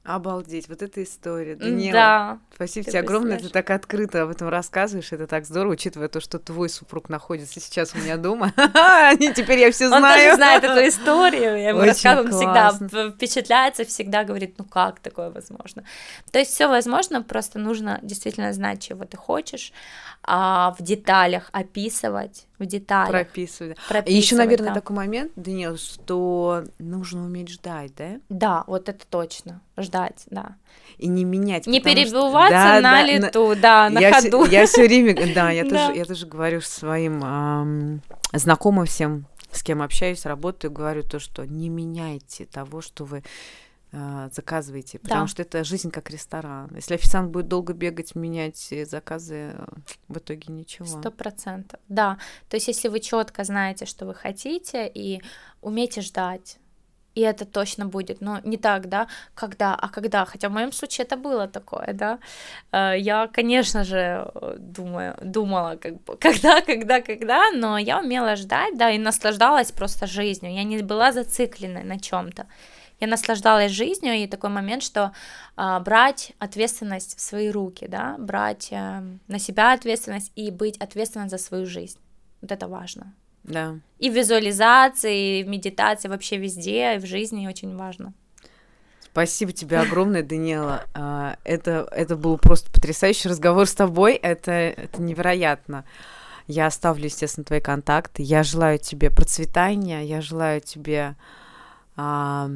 Обалдеть, вот эта история. Даниэла, Да. спасибо Ты тебе огромное, ты представляешь? так открыто об этом рассказываешь, это так здорово, учитывая то, что твой супруг находится сейчас у меня дома. Теперь я все Он знаю. тоже знает эту историю, я ему Очень рассказываю, он всегда классно. п- впечатляется, всегда говорит, ну как такое возможно. То есть все возможно, просто нужно действительно знать, чего ты хочешь, а, в деталях описывать, в деталях Прописывать. И прописывать. еще, наверное, да. такой момент, Даниэл, что нужно уметь ждать, да? Да, вот это точно, ждать, да. И не менять. Не потому что- перебиваться Да, на да, лету, да, на я ходу. Все, я все время, да, я Да. тоже, я тоже говорю своим ам, знакомым всем, с кем общаюсь, работаю, говорю то, что не меняйте того, что вы а, заказываете, потому Да. что это жизнь как ресторан. Если официант будет долго бегать, менять э, заказы, э, в итоге ничего. Сто процентов, да. То есть, если вы четко знаете, что вы хотите, и умеете ждать, и это точно будет, но не так, да, когда, а когда, хотя в моем случае это было такое, да, Э, я, конечно же, э, думаю, думала, как бы, когда, когда, когда, но я умела ждать, да, и наслаждалась просто жизнью, я не была зацикленной на чем-то, я наслаждалась жизнью, и такой момент, что а, брать ответственность в свои руки, да, брать а, на себя ответственность и быть ответственной за свою жизнь, вот это важно. Да. И в визуализации, и в медитации, вообще везде, и в жизни очень важно. Спасибо тебе огромное, Даниэла. А, Это, это был просто потрясающий разговор с тобой. Это, это невероятно. Я оставлю, естественно, твои контакты. Я желаю тебе процветания. Я желаю тебе а,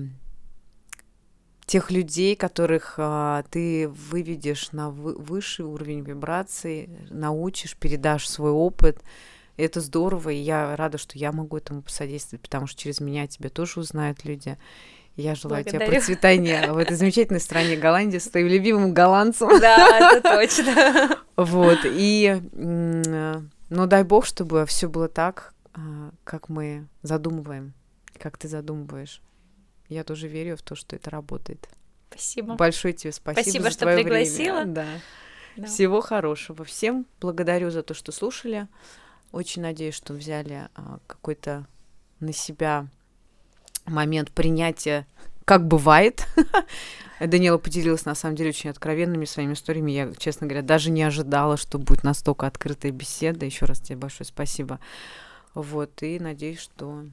тех людей, которых а, ты выведешь на вы- высший уровень вибраций, научишь, передашь свой опыт. Это здорово, и я рада, что я могу этому посодействовать, потому что через меня тебя тоже узнают люди. Я желаю тебе Благодарю. процветания в этой замечательной стране Голландии с твоим любимым голландцем. Да, это точно. Вот, и, м, ну, дай бог, чтобы все было так, а, как мы задумываем, как ты задумываешь. Я тоже верю в то, что это работает. Спасибо. Большое тебе спасибо, Спасибо, за что твое пригласила. время. Да. Да. Всего хорошего. Всем благодарю за то, что слушали. Очень надеюсь, что взяли а, какой-то на себя момент принятия, как бывает. Даниэла поделилась, на самом деле, очень откровенными своими историями. Я, честно говоря, даже не ожидала, что будет настолько открытая беседа. Еще раз тебе большое спасибо. Вот, и надеюсь, что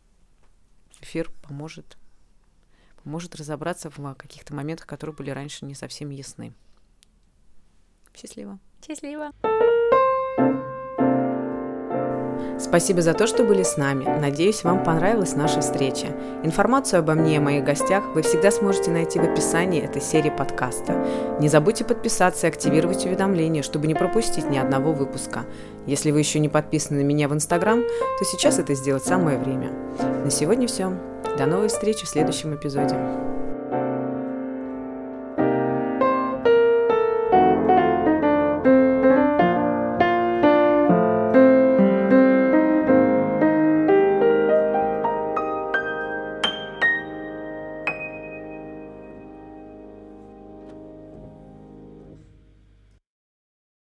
эфир поможет, поможет разобраться в каких-то моментах, которые были раньше не совсем ясны. Счастливо. Счастливо. Спасибо за то, что были с нами. Надеюсь, вам понравилась наша встреча. Информацию обо мне и моих гостях вы всегда сможете найти в описании этой серии подкаста. Не забудьте подписаться и активировать уведомления, чтобы не пропустить ни одного выпуска. Если вы еще не подписаны на меня в Инстаграм, то сейчас это сделать самое время. На сегодня все. До новой встречи в следующем эпизоде.